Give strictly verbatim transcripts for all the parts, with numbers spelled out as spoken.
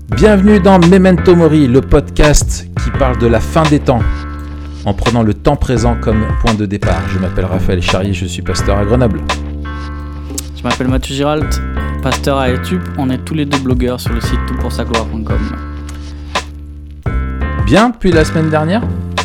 Bienvenue dans Memento Mori, le podcast qui parle de la fin des temps, en prenant le temps présent comme point de départ. Je m'appelle Raphaël Charrier, je suis pasteur à Grenoble. Je m'appelle Mathieu Giralt, pasteur à YouTube. On est tous les deux blogueurs sur le site tout pour sa gloire point com. Bien depuis la semaine dernière ?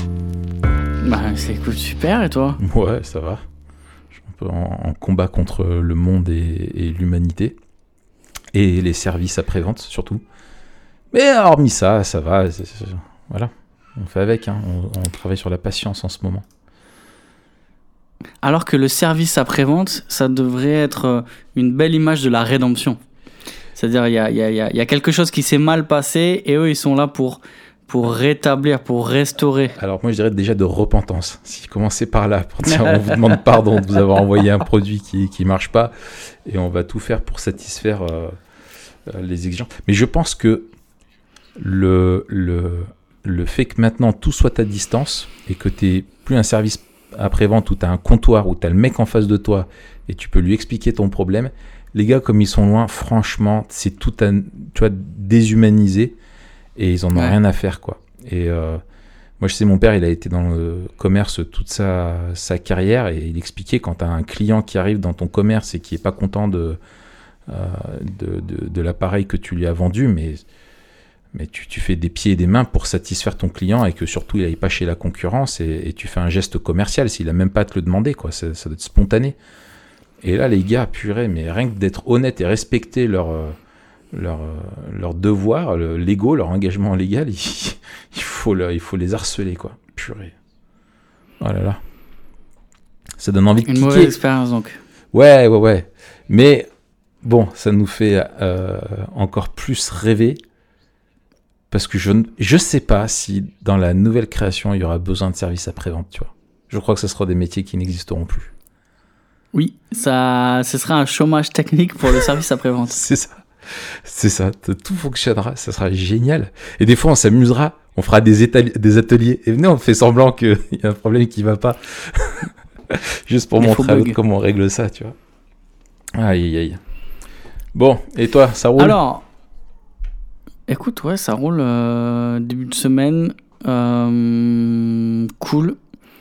Bah, c'est cool, super, et toi ? Ouais, ça va. Je suis un peu en, en combat contre le monde et, et l'humanité. Et les services après-vente, surtout. Mais hormis ça, ça va. C'est, c'est, voilà, on fait avec. Hein. On, on travaille sur la patience en ce moment. Alors que le service après-vente, ça devrait être une belle image de la rédemption. C'est-à-dire, il y a, y a, y a, y a quelque chose qui s'est mal passé et eux, ils sont là pour, pour rétablir, pour restaurer. Alors moi, je dirais déjà de repentance. Si commencez par là, pour dire on vous demande pardon de vous avoir envoyé un produit qui ne marche pas et on va tout faire pour satisfaire euh, euh, les exigences. Mais je pense que le, le, le fait que maintenant tout soit à distance et que tu n'aies plus un service après-vente où tu as un comptoir, où tu as le mec en face de toi et tu peux lui expliquer ton problème, les gars, comme ils sont loin, franchement, c'est tout à, tu vois, déshumanisé et ils en ont ouais. rien à faire, quoi. Et euh, moi, je sais, mon père, il a été dans le commerce toute sa, sa carrière et il expliquait quand tu as un client qui arrive dans ton commerce et qui n'est pas content de, euh, de, de, de l'appareil que tu lui as vendu, mais... Mais tu, tu fais des pieds et des mains pour satisfaire ton client et que surtout il n'aille pas chez la concurrence et, et tu fais un geste commercial s'il n'a même pas à te le demander, quoi. Ça, ça doit être spontané. Et là, les gars, purée, mais rien que d'être honnête et respecter leur, leur, leur devoir, le, l'ego, leur engagement légal, il, il, faut le, il faut les harceler, quoi. Purée. Oh là là. Ça donne envie de Une piquer. mauvaise expérience, donc. Ouais, ouais, ouais. Mais bon, ça nous fait euh, encore plus rêver. Parce que je ne je sais pas si dans la nouvelle création, il y aura besoin de services après-vente, tu vois. Je crois que ce sera des métiers qui n'existeront plus. Oui, ça, ce sera un chômage technique pour le service après-vente. C'est ça. C'est ça. Tout fonctionnera. Ça sera génial. Et des fois, on s'amusera. On fera des, étali- des ateliers. Et venez, on fait semblant qu'il y a un problème qui ne va pas. Juste pour Les montrer à l'autre comment on règle ça, tu vois. Aïe, aïe, aïe. Bon, et toi, ça roule ? Alors... Écoute, ouais, ça roule. Euh, début de semaine, euh, cool.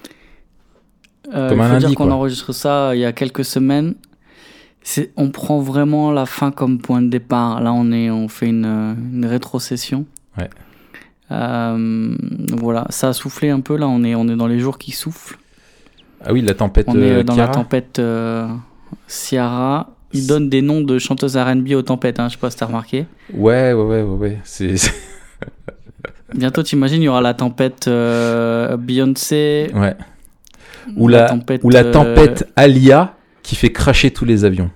Euh, Comme un il faut lundi, dire qu'on quoi. enregistre ça il y a quelques semaines. C'est, on prend vraiment la fin comme point de départ. Là, on est, on fait une, une rétrocession. Ouais. Euh, voilà, ça a soufflé un peu. Là, on est, on est dans les jours qui soufflent. Ah oui, la tempête. On est euh, dans Chiara. la tempête euh, Ciara. Ils donnent des noms de chanteuses R and B aux tempêtes, hein, je sais pas si t'as remarqué. Ouais, ouais, ouais, ouais, ouais. C'est, c'est... Bientôt, t'imagines, il y aura la tempête euh, Beyoncé. Ouais. Ou la, la tempête, ou la euh... tempête Alia qui fait cracher tous les avions.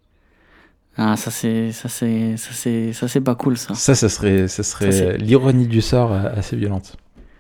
Ah, ça c'est, ça c'est, ça c'est, ça c'est pas cool, ça. Ça, ça serait, ça serait ça, c'est... l'ironie du sort assez violente.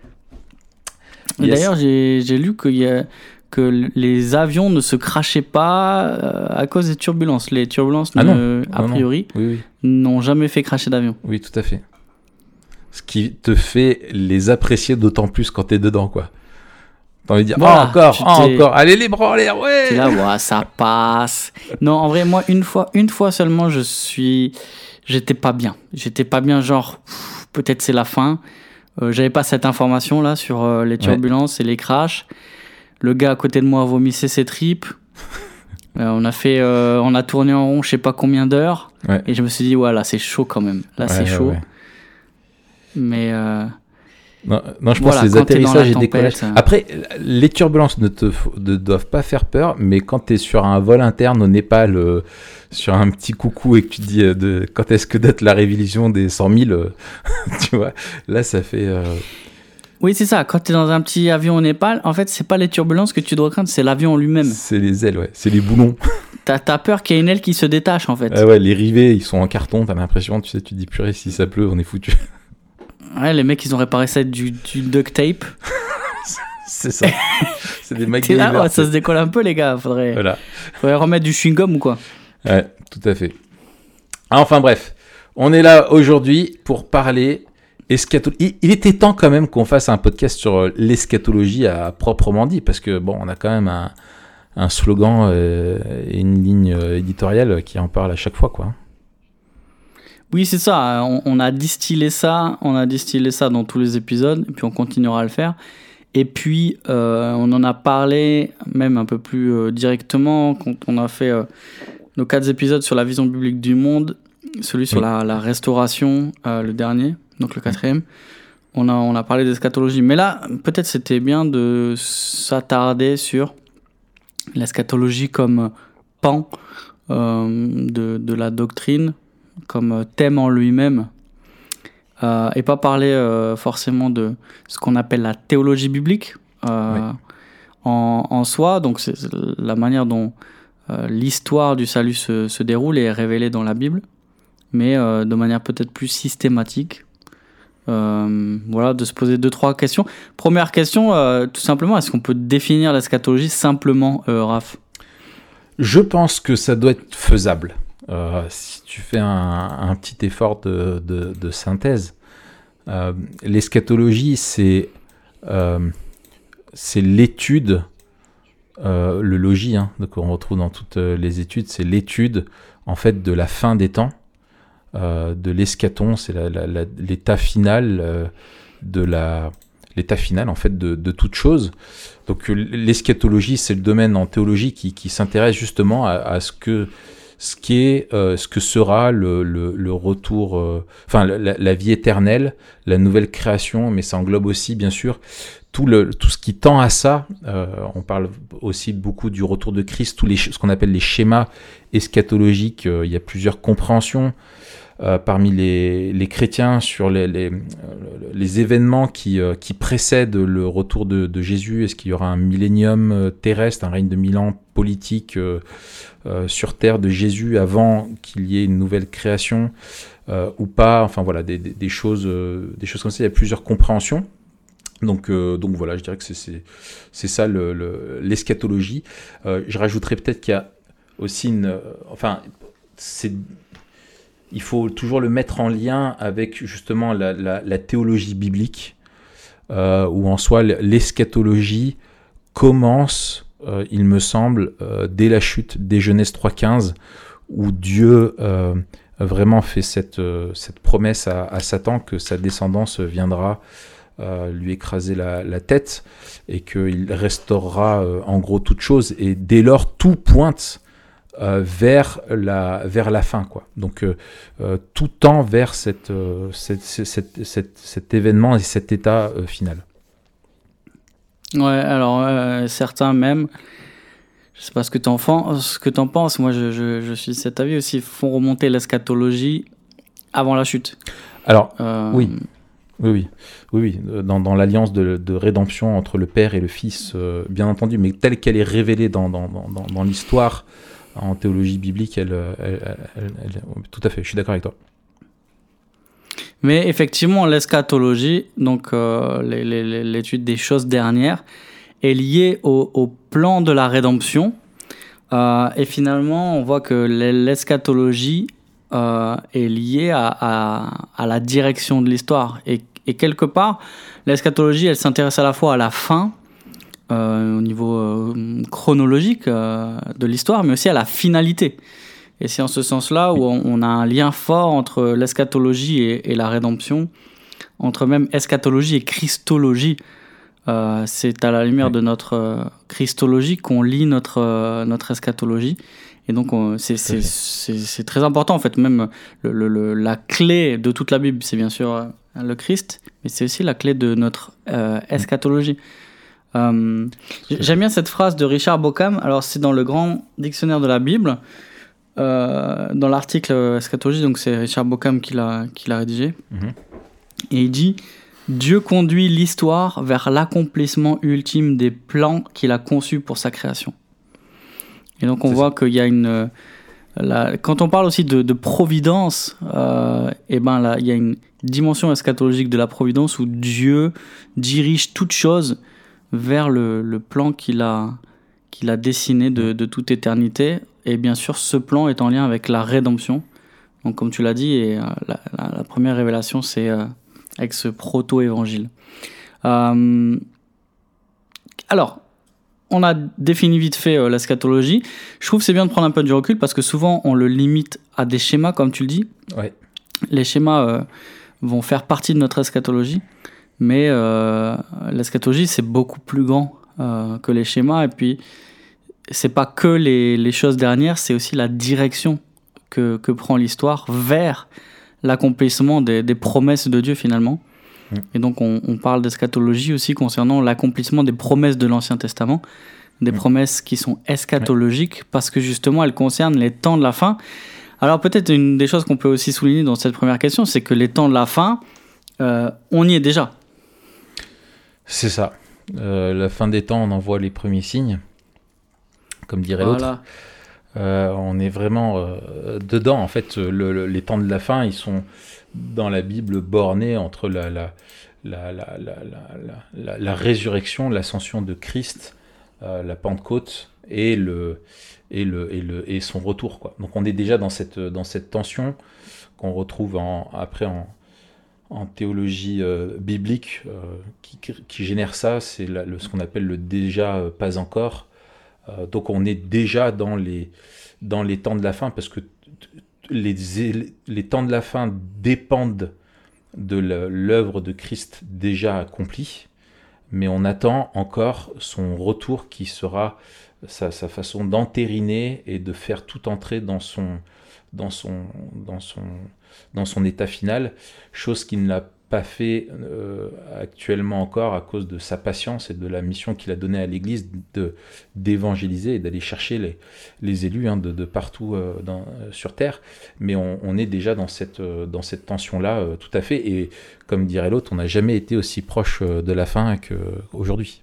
Et Yes. d'ailleurs, j'ai, j'ai lu qu'il y a... que les avions ne se crachaient pas euh, à cause des turbulences. Les turbulences, ah ne, non. a non, priori, non. Oui, oui. n'ont jamais fait cracher d'avion. Oui, tout à fait. Ce qui te fait les apprécier d'autant plus quand t'es dedans, quoi. T'as envie de dire, Voilà, oh, encore, oh, t'es... encore, allez les bras en l'air, ouais. T'es là, ouais, ça passe. Non, en vrai, moi, une fois, une fois seulement, je suis, j'étais pas bien. J'étais pas bien, genre, pff, peut-être c'est la fin. Euh, j'avais pas cette information là sur euh, les turbulences ouais. et les crashs. Le gars à côté de moi vomissait ses tripes. euh, on a fait, euh, on a tourné en rond, je sais pas combien d'heures. Ouais. Et je me suis dit, ouais, là, c'est chaud quand même. Là, ouais, c'est ouais, chaud. Ouais. Mais. Euh... Non, non, je voilà, pense que les atterrissages et tempête, décollages. euh... Après, les turbulences ne te ne doivent pas faire peur, mais quand tu es sur un vol interne au Népal, euh, sur un petit coucou et que tu te dis euh, de, quand est-ce que date la révision des cent mille, euh, tu vois, là ça fait. Euh... Oui, c'est ça. Quand tu es dans un petit avion au Népal, en fait, c'est pas les turbulences que tu dois craindre, c'est l'avion en lui-même. C'est les ailes, ouais. C'est les boulons. T'as, t'as peur qu'il y ait une aile qui se détache, en fait. Ah ouais, les rivets, ils sont en carton, t'as l'impression, tu sais, tu te dis purée, si ça pleut, on est foutu. Ouais, les mecs, ils ont réparé ça avec du, du duct tape. C'est ça. C'est des MacGyver. Là, ouais, ça se décolle un peu, les gars. Faudrait, voilà. faudrait remettre du chewing-gum ou quoi. Ouais, tout à fait. Enfin bref, on est là aujourd'hui pour parler eschatologie. Il, il était temps quand même qu'on fasse un podcast sur l'eschatologie à proprement dit, parce que bon, on a quand même un, un slogan euh, et une ligne éditoriale qui en parle à chaque fois, quoi. Oui, c'est ça. On, on a distillé ça, on a distillé ça dans tous les épisodes, et puis on continuera à le faire. Et puis, euh, on en a parlé même un peu plus euh, directement quand on a fait euh, nos quatre épisodes sur la vision biblique du monde, celui sur oui. la, la restauration, euh, le dernier, donc le quatrième. On a, on a parlé d'eschatologie. Mais là, peut-être c'était bien de s'attarder sur l'eschatologie comme pan euh, de, de la doctrine, comme thème en lui-même. Euh, et pas parler euh, forcément de ce qu'on appelle la théologie biblique euh, oui. en, en soi. Donc c'est la manière dont euh, l'histoire du salut se, se déroule et est révélée dans la Bible, mais euh, de manière peut-être plus systématique. Euh, voilà, de se poser deux, trois questions. Première question, euh, tout simplement, est-ce qu'on peut définir l'eschatologie simplement, euh, Raph ? Je pense que ça doit être faisable. Euh, si tu fais un, un petit effort de, de, de synthèse, euh, l'eschatologie, c'est, euh, c'est l'étude, euh, le logis, hein, donc on retrouve dans toutes les études, c'est l'étude en fait de la fin des temps, euh, de l'eschaton, c'est la, la, la, l'état final euh, de la, l'état final en fait de, de toute chose. Donc l'eschatologie, c'est le domaine en théologie qui, qui s'intéresse justement à, à ce que ce qui est, euh, ce que sera le, le, le retour, euh, enfin la, la vie éternelle, la nouvelle création, mais ça englobe aussi bien sûr tout le tout ce qui tend à ça. Euh, on parle aussi beaucoup du retour de Christ, tous les ce qu'on appelle les schémas eschatologiques. Euh, il y a plusieurs compréhensions euh, parmi les, les chrétiens sur les, les, les événements qui, euh, qui précèdent le retour de, de Jésus. Est-ce qu'il y aura un millénium terrestre, un règne de mille ans politique euh, euh, sur terre de Jésus avant qu'il y ait une nouvelle création euh, ou pas? Enfin voilà, des, des, des, choses, euh, des choses comme ça. Il y a plusieurs compréhensions. Donc, euh, donc voilà, je dirais que c'est, c'est, c'est ça le, le, l'eschatologie. Euh, je rajouterais peut-être qu'il y a aussi une... Euh, enfin, c'est... Il faut toujours le mettre en lien avec justement la, la, la théologie biblique, euh, où en soi l'eschatologie commence, euh, il me semble, euh, dès la chute, dès Genèse trois quinze, où Dieu euh, vraiment fait cette, euh, cette promesse à, à Satan que sa descendance viendra euh, lui écraser la, la tête et qu'il restaurera euh, en gros toute chose. Et dès lors, tout pointe Euh, vers la vers la fin, quoi. Donc euh, euh, tout tend vers cette, euh, cette, cette, cette, cet événement et cet état euh, final. Ouais, alors euh, certains même, je sais pas ce que tu en ce que t'en penses. Moi, je, je, je suis de cet avis aussi, font remonter l'eschatologie avant la chute. Alors euh... oui. Oui, oui, oui, oui. Dans, dans l'alliance de, de rédemption entre le Père et le Fils, euh, bien entendu, mais telle qu'elle est révélée dans dans dans, dans l'histoire. En théologie biblique, elle, elle, elle, elle, elle, tout à fait, je suis d'accord avec toi. Mais effectivement, l'eschatologie, donc euh, les, les, l'étude des choses dernières, est liée au, au plan de la rédemption. Euh, et finalement, on voit que l'eschatologie euh, est liée à, à, à la direction de l'histoire. Et, et quelque part, l'eschatologie, elle s'intéresse à la fois à la fin, Euh, au niveau euh, chronologique euh, de l'histoire, mais aussi à la finalité. Et c'est en ce sens-là où on, on a un lien fort entre l'eschatologie et, et la rédemption, entre même eschatologie et christologie. Euh, c'est à la lumière oui. de notre euh, christologie qu'on lit notre, euh, notre eschatologie. Et donc, on, c'est, c'est, c'est, c'est très important, en fait. Même le, le, le, la clé de toute la Bible, c'est bien sûr euh, le Christ, mais c'est aussi la clé de notre euh, eschatologie. Euh, j'aime bien cette phrase de Richard Bauckham. Alors c'est dans le grand dictionnaire de la Bible, euh, dans l'article eschatologie, donc c'est Richard Bauckham qui l'a, qui l'a rédigé. Mm-hmm. Et il dit: Dieu conduit l'histoire vers l'accomplissement ultime des plans qu'il a conçus pour sa création. Et donc on c'est voit ça. Qu'il y a une... La, quand on parle aussi de, de providence, euh, et ben là, il y a une dimension eschatologique de la providence où Dieu dirige toute chose vers le, le plan qu'il a, qu'il a dessiné de, de toute éternité. Et bien sûr, ce plan est en lien avec la rédemption. Donc, comme tu l'as dit, et, euh, la, la, la première révélation, c'est euh, avec ce proto-évangile. Euh, alors, on a défini vite fait euh, l'eschatologie. Je trouve que c'est bien de prendre un peu du recul parce que souvent, on le limite à des schémas, comme tu le dis. Ouais. les schémas euh, vont faire partie de notre eschatologie, mais euh, l'eschatologie, c'est beaucoup plus grand euh, que les schémas. Et puis, c'est pas que les, les choses dernières, c'est aussi la direction que, que prend l'histoire vers l'accomplissement des, des promesses de Dieu, finalement. Mmh. Et donc, on, on parle d'eschatologie aussi concernant l'accomplissement des promesses de l'Ancien Testament, des mmh. promesses qui sont eschatologiques, ouais. parce que justement, elles concernent les temps de la fin. Alors, peut-être une des choses qu'on peut aussi souligner dans cette première question, c'est que les temps de la fin, euh, on y est déjà. C'est ça. Euh, la fin des temps, on en voit les premiers signes, comme dirait voilà. l'autre. Euh, on est vraiment euh, dedans. En fait, le, le, les temps de la fin, ils sont dans la Bible bornés entre la, la, la, la, la, la, la, la résurrection, l'ascension de Christ, euh, la Pentecôte et, le, et, le, et, le, et son retour, quoi. Donc on est déjà dans cette, dans cette tension qu'on retrouve en, après en, en théologie euh, biblique euh, qui, qui génère ça. C'est la, le, ce qu'on appelle le déjà euh, pas encore. Euh, donc on est déjà dans les, dans les temps de la fin, parce que les, les temps de la fin dépendent de l'œuvre de Christ déjà accomplie, mais on attend encore son retour qui sera sa, sa façon d'entériner et de faire tout entrer dans son, dans son, dans son, dans son état final, chose qu'il n'a pas fait euh, actuellement encore à cause de sa patience et de la mission qu'il a donnée à l'Église de, d'évangéliser et d'aller chercher les, les élus hein, de, de partout euh, dans, euh, sur Terre. Mais on, on est déjà dans cette, euh, dans cette tension-là euh, tout à fait. Et comme dirait l'autre, on n'a jamais été aussi proche euh, de la fin qu'aujourd'hui.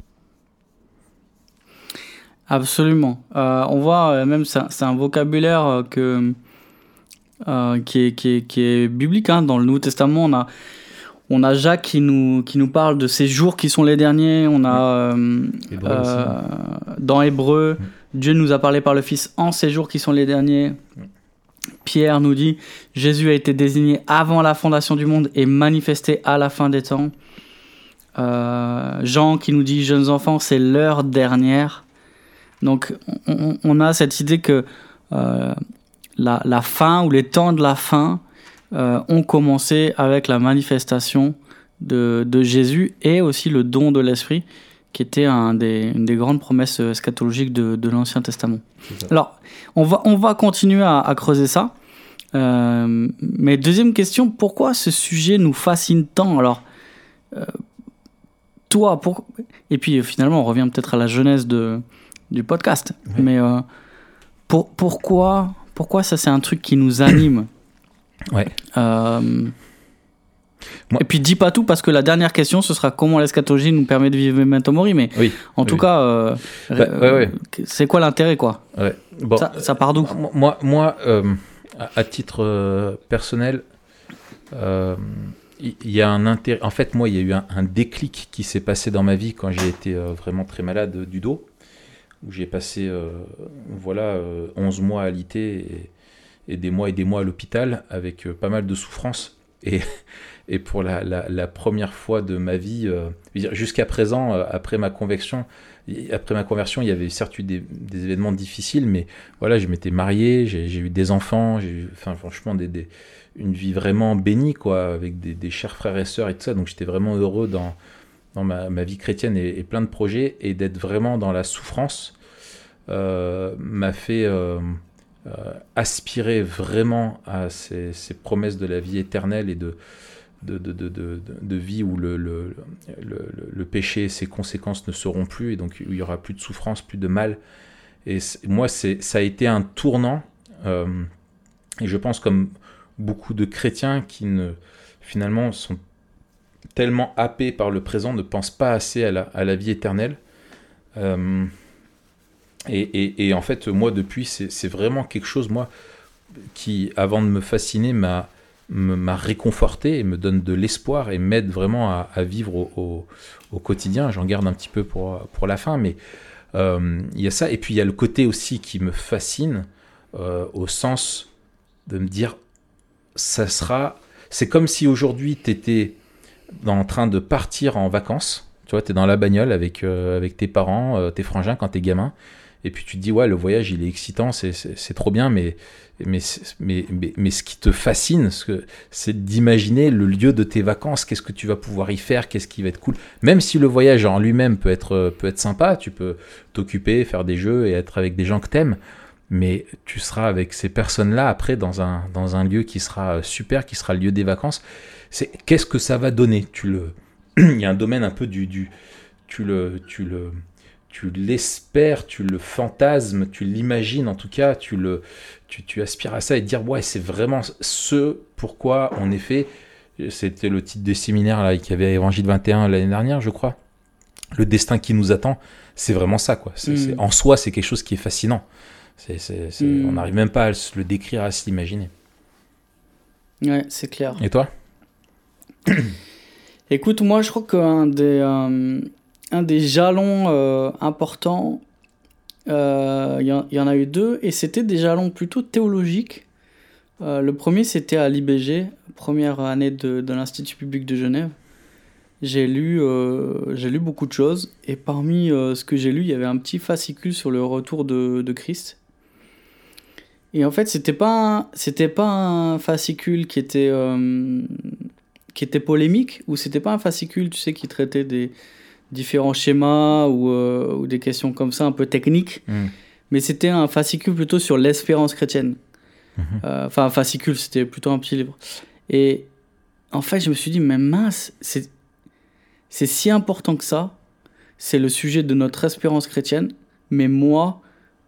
Absolument. Euh, on voit euh, même, c'est un, c'est un vocabulaire euh, que, euh, qui, est, qui, est, qui est biblique. Hein. Dans le Nouveau Testament, on a On a Jacques qui nous, qui nous parle de ces jours qui sont les derniers. On a euh, euh, dans Hébreux, mmh. Dieu nous a parlé par le Fils en ces jours qui sont les derniers. Mmh. Pierre nous dit Jésus a été désigné avant la fondation du monde et manifesté à la fin des temps. Euh, Jean qui nous dit jeunes enfants, c'est l'heure dernière. Donc on, on a cette idée que euh, la, la fin ou les temps de la fin Euh, ont commencé avec la manifestation de, de Jésus et aussi le don de l'Esprit, qui était un des, une des grandes promesses eschatologiques de, de l'Ancien Testament. Alors, on va, on va continuer à, à creuser ça. Euh, mais deuxième question, pourquoi ce sujet nous fascine tant ? Alors, euh, toi, pour... et puis finalement, on revient peut-être à la genèse de, du podcast. Oui. Mais euh, pour, pourquoi, pourquoi ça, c'est un truc qui nous anime ? Ouais. Euh... Et puis dis pas tout, parce que la dernière question ce sera comment l'eschatologie nous permet de vivre memento mori, mais oui, en oui, tout oui. cas euh, bah, euh, ouais, ouais. c'est quoi l'intérêt quoi ouais. Bon, ça, ça part d'où? Moi, moi euh, à, à titre euh, personnel, il euh, y, y a un intérêt. En fait, moi, il y a eu un, un déclic qui s'est passé dans ma vie quand j'ai été euh, vraiment très malade du dos, où j'ai passé euh, voilà euh, onze mois à l'I T et et des mois et des mois à l'hôpital avec euh, pas mal de souffrances. Et, et pour la, la, la première fois de ma vie, euh, jusqu'à présent, euh, après ma conversion, après ma conversion, il y avait certes eu des, des événements difficiles, mais voilà, je m'étais marié, j'ai, j'ai eu des enfants, j'ai eu, enfin, franchement, des, des, une vie vraiment bénie, quoi, avec des, des chers frères et sœurs et tout ça. Donc j'étais vraiment heureux dans, dans ma, ma vie chrétienne et, et plein de projets. Et d'être vraiment dans la souffrance euh, m'a fait... Euh, Euh, aspirer vraiment à ces, ces promesses de la vie éternelle et de, de, de, de, de, de vie où le, le, le, le péché et ses conséquences ne seront plus, et donc où il n'y aura plus de souffrance, plus de mal. Et moi, c'est, ça a été un tournant, euh, et je pense comme beaucoup de chrétiens qui ne, finalement sont tellement happés par le présent, ne pensent pas assez à la, à la vie éternelle. Euh, Et, et, et en fait, moi, depuis, c'est, c'est vraiment quelque chose, moi, qui, avant de me fasciner, m'a, m'a réconforté et me donne de l'espoir et m'aide vraiment à, à vivre au, au, au quotidien. J'en garde un petit peu pour, pour la fin, mais euh, il y a ça. Et puis, il y a le côté aussi qui me fascine, euh, au sens de me dire, ça sera... C'est comme si aujourd'hui, tu étais en train de partir en vacances. Tu vois, tu es dans la bagnole avec, euh, avec tes parents, euh, tes frangins quand tu es gamin. et puis tu te dis ouais, le voyage il est excitant, c'est, c'est, c'est trop bien, mais, mais, mais, mais, mais ce qui te fascine, c'est d'imaginer le lieu de tes vacances, qu'est-ce que tu vas pouvoir y faire, qu'est-ce qui va être cool. Même si le voyage en lui-même peut être, peut être sympa, tu peux t'occuper, faire des jeux et être avec des gens que t'aimes, mais tu seras avec ces personnes-là après dans un, dans un lieu qui sera super, qui sera le lieu des vacances. C'est, qu'est-ce que ça va donner? Tu le... Il y a un domaine un peu du... du tu le... Tu le tu l'espères, tu le fantasmes, tu l'imagines en tout cas, tu, le, tu, tu aspires à ça et te dire ouais, c'est vraiment ce pourquoi on est fait. C'était le titre des séminaires là, qui avait Évangile vingt et un l'année dernière, je crois. Le destin qui nous attend, c'est vraiment ça, quoi. C'est, mmh. c'est, en soi, c'est quelque chose qui est fascinant. C'est, c'est, c'est, mmh. On n'arrive même pas à se le décrire, à se l'imaginer. Ouais, c'est clair. Et toi? Écoute, moi, je crois qu'un des... Euh... Un des jalons euh, importants, il euh, y, y en a eu deux, et c'était des jalons plutôt théologiques. Euh, le premier, c'était à l'I B G, première année de, de l'Institut public de Genève. J'ai lu, euh, j'ai lu beaucoup de choses, et parmi euh, ce que j'ai lu, il y avait un petit fascicule sur le retour de, de Christ. Et en fait, c'était pas un, c'était pas un fascicule qui était, euh, qui était polémique, ou c'était pas un fascicule, tu sais, qui traitait des... différents schémas ou, euh, ou des questions comme ça un peu techniques, mmh. mais c'était un fascicule plutôt sur l'espérance chrétienne. Mmh. Euh, enfin, un fascicule, c'était plutôt un petit livre. Et en fait, je me suis dit, mais mince, c'est, c'est si important que ça, c'est le sujet de notre espérance chrétienne, mais moi,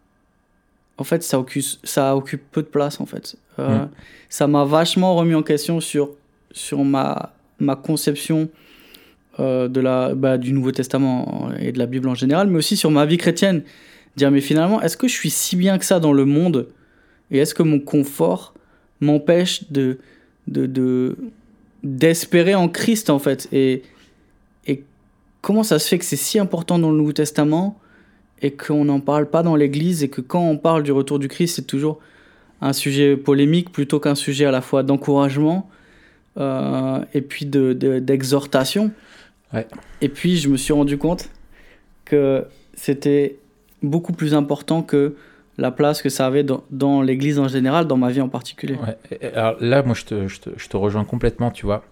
en fait, ça occupe, ça occupe peu de place, en fait. Euh, mmh. Ça m'a vachement remis en question sur, sur ma, ma conception Euh, de la, bah, du Nouveau Testament et de la Bible en général, mais aussi sur ma vie chrétienne. Dire, mais finalement, est-ce que je suis si bien que ça dans le monde? Et est-ce que mon confort m'empêche de, de, de, d'espérer en Christ, en fait? Et, et comment ça se fait que c'est si important dans le Nouveau Testament et qu'on n'en parle pas dans l'Église, et que quand on parle du retour du Christ, c'est toujours un sujet polémique plutôt qu'un sujet à la fois d'encouragement euh, et puis de, de, d'exhortation. Ouais. Et puis, je me suis rendu compte que c'était beaucoup plus important que la place que ça avait dans, dans l'Église en général, dans ma vie en particulier. Ouais. Alors là, moi, je te, je te, je te rejoins complètement, tu vois.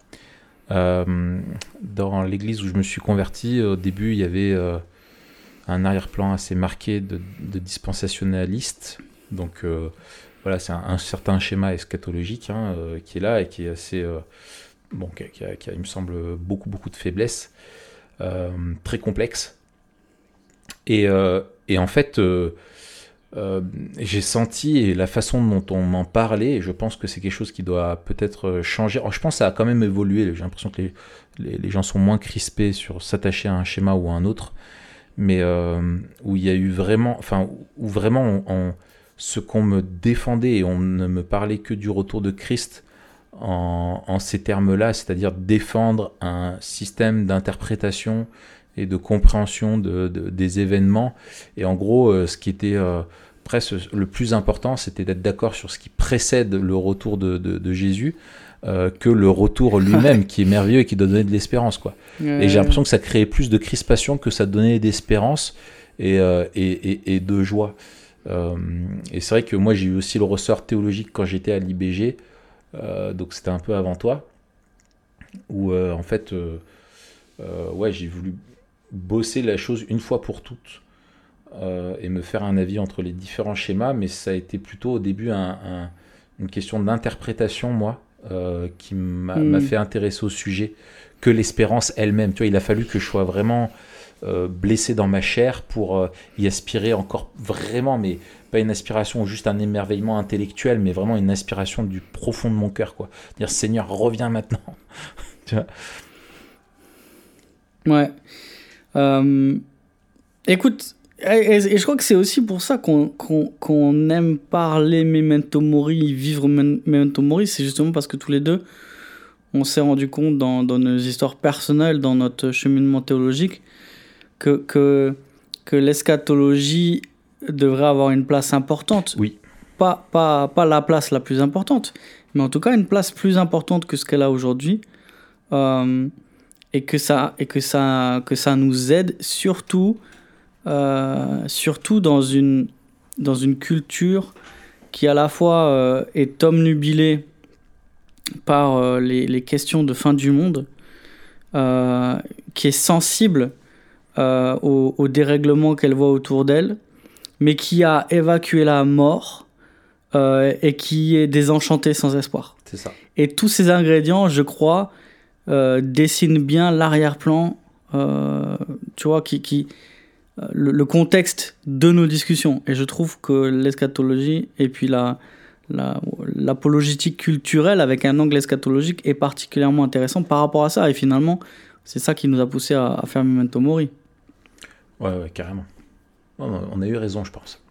Euh, dans l'Église où je me suis converti, au début, il y avait euh, un arrière-plan assez marqué de, de dispensationaliste. Donc, euh, voilà, c'est un, un certain schéma eschatologique hein, euh, qui est là et qui est assez... Euh, Bon, qui a, qui, a, qui a, il me semble, beaucoup, beaucoup de faiblesses, euh, très complexes. Et, euh, et en fait, euh, euh, j'ai senti, et la façon dont on m'en parlait, et je pense que c'est quelque chose qui doit peut-être changer. Alors, je pense que ça a quand même évolué. J'ai l'impression que les, les, les gens sont moins crispés sur s'attacher à un schéma ou à un autre, mais euh, où il y a eu vraiment, enfin, où vraiment, on, on, ce qu'on me défendait, et on ne me parlait que du retour de Christ, En, en ces termes-là, c'est-à-dire défendre un système d'interprétation et de compréhension de, de, des événements. Et en gros, euh, ce qui était euh, presque le plus important, c'était d'être d'accord sur ce qui précède le retour de, de, de Jésus, euh, que le retour lui-même, qui est merveilleux et qui doit donner de l'espérance, quoi. Ouais. Et j'ai l'impression que ça créait plus de crispation que ça donnait d'espérance et, euh, et, et, et de joie. Euh, et c'est vrai que moi, j'ai eu aussi le ressort théologique quand j'étais à l'I B G. Euh, donc c'était un peu avant toi, où euh, en fait, euh, euh, ouais, j'ai voulu bosser la chose une fois pour toutes euh, et me faire un avis entre les différents schémas, mais ça a été plutôt au début un, un, une question d'interprétation, moi, euh, qui m'a, mmh. m'a fait intéresser au sujet, que l'espérance elle-même. Tu vois, il a fallu que je sois vraiment euh, blessé dans ma chair pour euh, y aspirer encore vraiment, mais pas une aspiration ou juste un émerveillement intellectuel, mais vraiment une aspiration du profond de mon cœur, quoi. Dire, Seigneur, reviens maintenant. Tu vois ? Ouais. Euh, écoute, et, et je crois que c'est aussi pour ça qu'on, qu'on, qu'on aime parler Memento Mori, vivre Memento Mori, c'est justement parce que tous les deux, on s'est rendu compte dans, dans nos histoires personnelles, dans notre cheminement théologique, que, que, que l'eschatologie devrait avoir une place importante. Oui. Pas, pas, pas la place la plus importante, mais en tout cas une place plus importante que ce qu'elle a aujourd'hui. Euh, et que ça, et que ça, que ça nous aide surtout euh, surtout dans une, dans une culture qui à la fois euh, est omnubilée par euh, les, les questions de fin du monde, euh, qui est sensible euh, au, au dérèglement qu'elle voit autour d'elle, mais qui a évacué la mort euh, et qui est désenchantée sans espoir. C'est ça. Et tous ces ingrédients, je crois, euh, dessinent bien l'arrière-plan, euh, tu vois, qui, qui, euh, le, le contexte de nos discussions. Et je trouve que l'eschatologie et puis la, la, l'apologétique culturelle avec un angle eschatologique est particulièrement intéressant par rapport à ça. Et finalement, c'est ça qui nous a poussé à, à faire Memento Mori. Ouais, ouais, carrément. On a eu raison, je pense.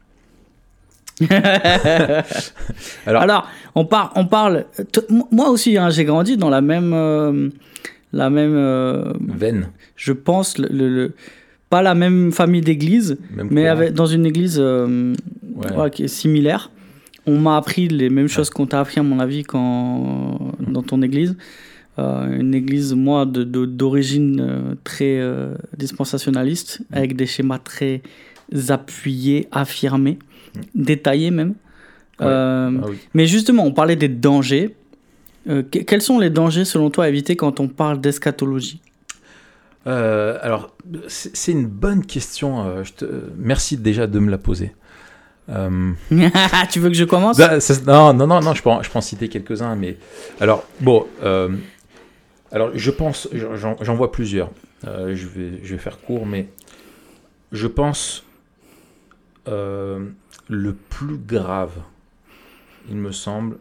Alors, Alors, on, par, on parle. T- moi aussi, hein, j'ai grandi dans la même. Euh, la même euh, veine. Je pense, le, le, le, pas la même famille d'église, même mais avec, dans une église euh, ouais. Ouais, qui est similaire. On m'a appris les mêmes choses ouais. qu'on t'a appris, à mon avis, quand, mmh. dans ton église. Euh, une église, moi, de, de, d'origine euh, très euh, dispensationaliste, mmh. avec des schémas très appuyés, affirmés, mmh. détaillés même. Ouais. Euh, ah oui. Mais justement, on parlait des dangers. Euh, que, quels sont les dangers, selon toi, à éviter quand on parle d'eschatologie ? euh, Alors, c'est, c'est une bonne question. Euh, je te... Merci déjà de me la poser. Euh... tu veux que je commence ? bah, ça, Non, non, non, non je, peux en, je peux en citer quelques-uns. Mais... Alors, bon, euh, alors, je pense, j'en, j'en vois plusieurs. Euh, je, vais, je vais faire court, mais je pense euh, le plus grave, il me semble,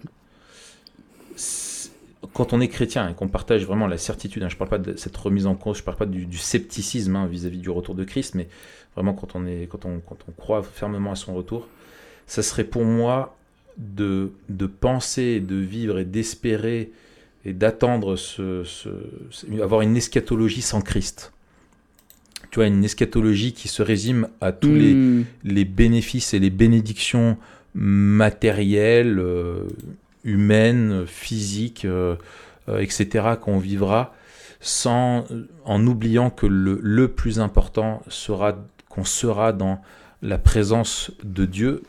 quand on est chrétien et qu'on partage vraiment la certitude, hein, je ne parle pas de cette remise en cause, je ne parle pas du, du scepticisme hein, vis-à-vis du retour de Christ, mais vraiment quand on, est, quand, on, quand on croit fermement à son retour, ça serait pour moi de, de penser, de vivre et d'espérer et d'attendre ce, ce, avoir une eschatologie sans Christ. Tu vois, une eschatologie qui se résume à tous mmh. les, les bénéfices et les bénédictions matérielles, euh, humaines, physiques, euh, euh, et cetera qu'on vivra, sans, en oubliant que le, le plus important sera qu'on sera dans la présence de Dieu,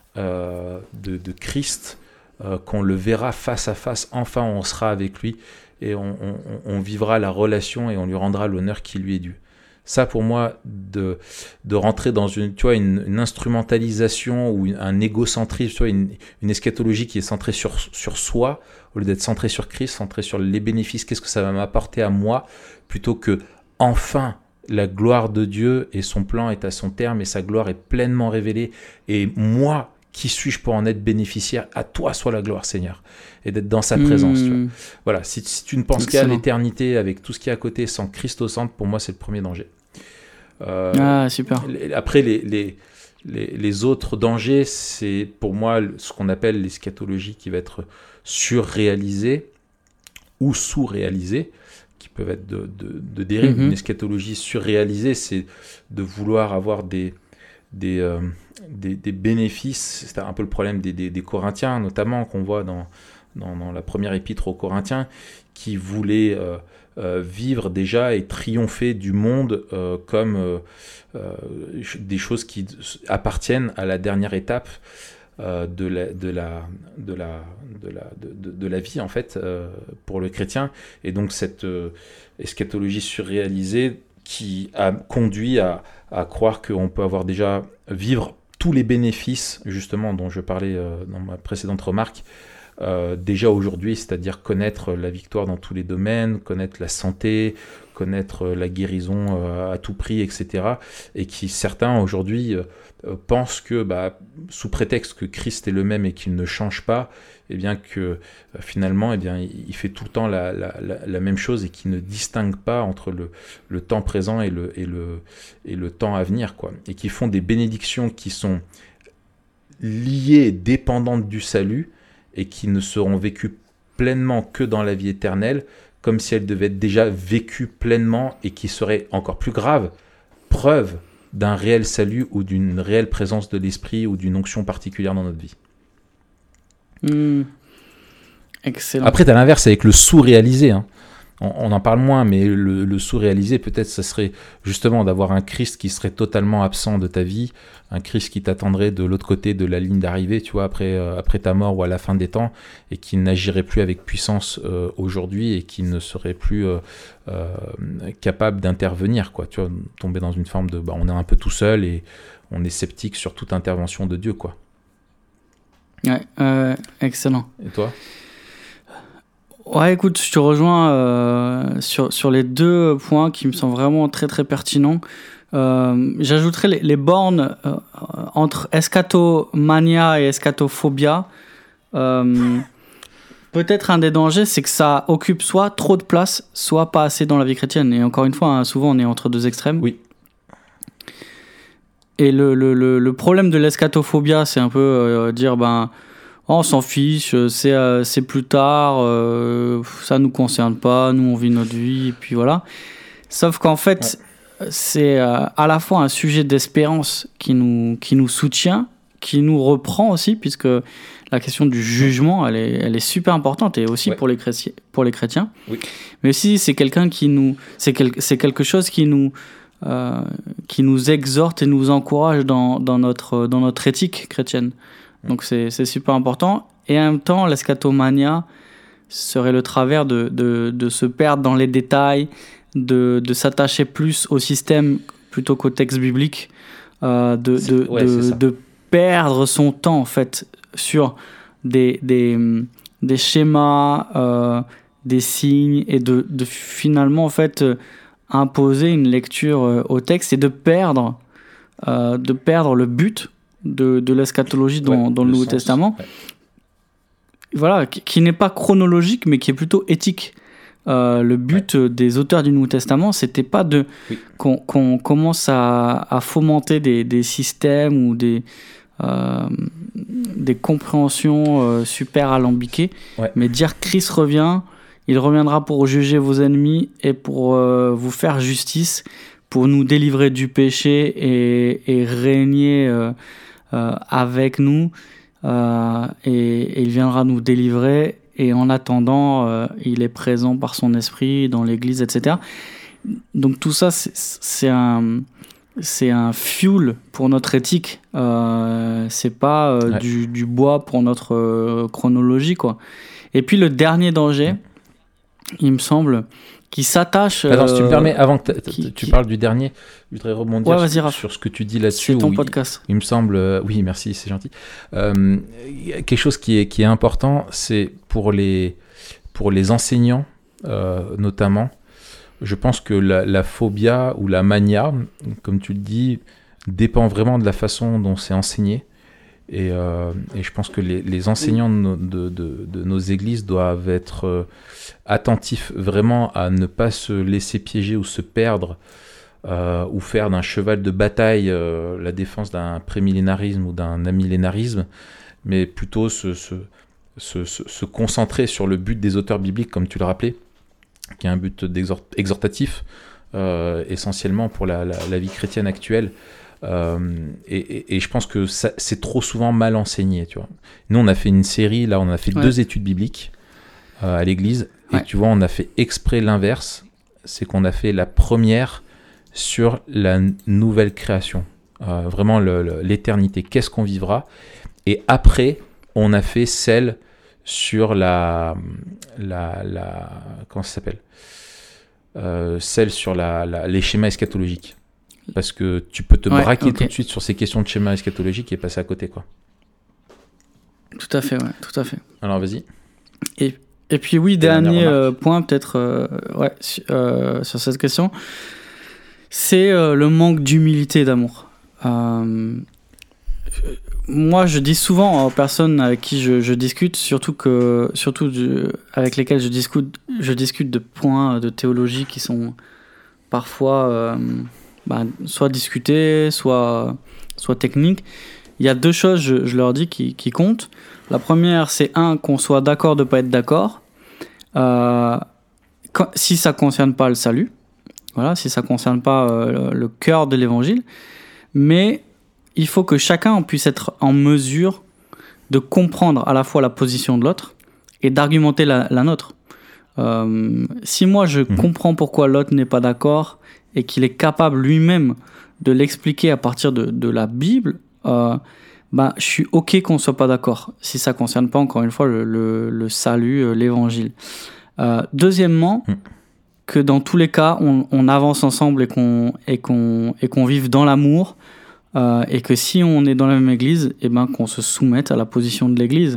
euh, de, de Christ, euh, qu'on le verra face à face, enfin on sera avec lui et on, on, on vivra la relation et on lui rendra l'honneur qui lui est dû. Ça, pour moi, de, de rentrer dans une, tu vois, une, une instrumentalisation ou une, un égocentrisme, tu vois, une, une eschatologie qui est centrée sur, sur soi, au lieu d'être centrée sur Christ, centrée sur les bénéfices, qu'est-ce que ça va m'apporter à moi, plutôt que, enfin, la gloire de Dieu et son plan est à son terme et sa gloire est pleinement révélée. Et moi, qui suis-je pour en être bénéficiaire ? À toi soit la gloire, Seigneur, et d'être dans sa présence. Mmh. Tu vois. Voilà, si, si tu ne penses Excellent. Qu'à l'éternité avec tout ce qui est à côté sans Christ au centre, pour moi, c'est le premier danger. Euh, ah, super. Les, après, les, les, les, les autres dangers, c'est pour moi ce qu'on appelle l'eschatologie qui va être surréalisée ou sous-réalisée, qui peuvent être de, de, de dérive. Mmh. Une eschatologie surréalisée, c'est de vouloir avoir des... Des, euh, des, des bénéfices, c'est un peu le problème des, des, des Corinthiens, notamment, qu'on voit dans, dans, dans la première épître aux Corinthiens, qui voulaient euh, euh, vivre déjà et triompher du monde euh, comme euh, euh, des choses qui appartiennent à la dernière étape euh, de, la, de, la, de, la, de, la, de, de, de la vie, en fait, euh, pour le chrétien. Et donc, cette euh, eschatologie surréalisée qui a conduit à, à croire qu'on peut avoir déjà vivre tous les bénéfices, justement, dont je parlais euh, dans ma précédente remarque, euh, déjà aujourd'hui, c'est-à-dire connaître la victoire dans tous les domaines, connaître la santé, connaître la guérison euh, à tout prix, et cetera. Et qui, certains, aujourd'hui, euh, pensent que, bah, sous prétexte que Christ est le même et qu'il ne change pas, eh bien que euh, finalement, eh bien, il fait tout le temps la, la, la, la même chose et qu'il ne distingue pas entre le, le temps présent et le, et, le, et le temps à venir, quoi. Et qui font des bénédictions qui sont liées, dépendantes du salut et qui ne seront vécues pleinement que dans la vie éternelle, comme si elles devaient être déjà vécues pleinement et qui seraient encore plus graves, preuve d'un réel salut ou d'une réelle présence de l'esprit ou d'une onction particulière dans notre vie. Mmh. Excellent. Après, tu as l'inverse avec le sous-réalisé. Hein. on, on en parle moins, mais le, le sous-réalisé, peut-être, ça serait justement d'avoir un Christ qui serait totalement absent de ta vie, un Christ qui t'attendrait de l'autre côté de la ligne d'arrivée, tu vois, après, euh, après ta mort ou à la fin des temps, et qui n'agirait plus avec puissance euh, aujourd'hui et qui ne serait plus euh, euh, capable d'intervenir, quoi, tu vois, tomber dans une forme de, bah, on est un peu tout seul et on est sceptique sur toute intervention de Dieu, quoi. Ouais, euh, excellent. Et toi ? Ouais, écoute, je te rejoins euh, sur, sur les deux points qui me sont vraiment très très pertinents. Euh, j'ajouterais les, les bornes euh, entre eschatomania et eschatophobia. Euh, peut-être un des dangers, c'est que ça occupe soit trop de place, soit pas assez dans la vie chrétienne. Et encore une fois, hein, souvent on est entre deux extrêmes. Oui. Et le, le, le, le problème de l'eschatophobia, c'est un peu euh, dire, ben, oh, on s'en fiche, c'est, euh, c'est plus tard, euh, ça nous concerne pas, nous on vit notre vie, et puis voilà. Sauf qu'en fait, ouais. c'est euh, à la fois un sujet d'espérance qui nous, qui nous soutient, qui nous reprend aussi, puisque la question du jugement, elle est, elle est super importante, et aussi ouais. pour, les chrétiens, pour les chrétiens. Oui. Mais aussi, c'est quelqu'un qui nous, c'est, quel, c'est quelque chose qui nous... Euh, qui nous exhorte et nous encourage dans, dans, notre, dans notre éthique chrétienne. Donc c'est, c'est super important. Et en même temps, l'eschatomania serait le travers de, de, de se perdre dans les détails, de, de s'attacher plus au système plutôt qu'au texte biblique, euh, de, de, ouais, de, de perdre son temps en fait sur des, des, des schémas, euh, des signes, et de, de finalement en fait... imposer une lecture euh, au texte et de perdre, euh, de perdre le but de, de l'eschatologie dans, ouais, dans le, le Nouveau sens. Testament, ouais. Voilà, qui, qui n'est pas chronologique, mais qui est plutôt éthique. Euh, le but ouais. des auteurs du Nouveau Testament, c'était pas de, oui. qu'on, qu'on commence à, à fomenter des, des systèmes ou des, euh, des compréhensions euh, super alambiquées, ouais. mais dire Christ revient... Il reviendra pour juger vos ennemis et pour euh, vous faire justice, pour nous délivrer du péché et, et régner euh, euh, avec nous. Euh, et, et il viendra nous délivrer. Et en attendant, euh, il est présent par son esprit dans l'Église, et cetera. Donc tout ça, c'est, c'est, un, c'est un fuel pour notre éthique. Euh, c'est pas euh, ouais. du, du bois pour notre euh, chronologie, quoi. Et puis le dernier danger... il me semble, qui s'attache... Attends, euh, si tu me permets, avant que qui, tu qui... parles du dernier, je voudrais rebondir ouais, sur, sur ce que tu dis là-dessus. C'est ton où podcast. Il, il me semble... Euh, oui, merci, c'est gentil. Euh, quelque chose qui est, qui est important, c'est pour les, pour les enseignants, euh, notamment, je pense que la, la phobia ou la mania, comme tu le dis, dépend vraiment de la façon dont c'est enseigné. Et, euh, et je pense que les, les enseignants de nos, de, de, de nos églises doivent être euh, attentifs vraiment à ne pas se laisser piéger ou se perdre euh, ou faire d'un cheval de bataille euh, la défense d'un prémillénarisme ou d'un amillénarisme, mais plutôt se, se, se, se, se concentrer sur le but des auteurs bibliques, comme tu le rappelais, qui est un but d'exhort, exhortatif, euh, essentiellement pour la, la, la vie chrétienne actuelle. Euh, et, et, et je pense que ça, c'est trop souvent mal enseigné, tu vois. Nous, on a fait une série, là, on a fait ouais. deux études bibliques euh, à l'église, et ouais. tu vois, on a fait exprès l'inverse, c'est qu'on a fait la première sur la n- nouvelle création, euh, vraiment le, le, l'éternité, qu'est-ce qu'on vivra, et après, on a fait celle sur la, la, la comment ça s'appelle, euh, celle sur la, la, les schémas eschatologiques. Parce que tu peux te ouais, braquer okay. tout de suite sur ces questions de schéma eschatologique et passer à côté, quoi. Tout à fait, ouais, tout à fait. Alors, vas-y. Et, et puis, oui, dernier euh, point, peut-être, euh, ouais, euh, sur cette question, c'est euh, le manque d'humilité et d'amour. Euh, moi, je dis souvent aux personnes avec qui je, je discute, surtout, que, surtout de, avec lesquelles je discute, je discute de points de théologie qui sont parfois... Euh, Bah, soit discuter, soit, soit technique. Il y a deux choses, je, je leur dis, qui, qui comptent. La première, c'est un, qu'on soit d'accord de ne pas être d'accord. Euh, quand, si ça ne concerne pas le salut, voilà, si ça ne concerne pas euh, le, le cœur de l'évangile. Mais il faut que chacun puisse être en mesure de comprendre à la fois la position de l'autre et d'argumenter la, la nôtre. Euh, si moi je mmh. comprends pourquoi l'autre n'est pas d'accord et qu'il est capable lui-même de l'expliquer à partir de, de la Bible, euh, bah, je suis OK qu'on ne soit pas d'accord, si ça ne concerne pas, encore une fois, le, le, le salut, euh, l'évangile. Euh, deuxièmement, mmh. que dans tous les cas, on, on avance ensemble et qu'on, et qu'on, et qu'on vive dans l'amour, euh, et que si on est dans la même église, eh ben, qu'on se soumette à la position de l'église.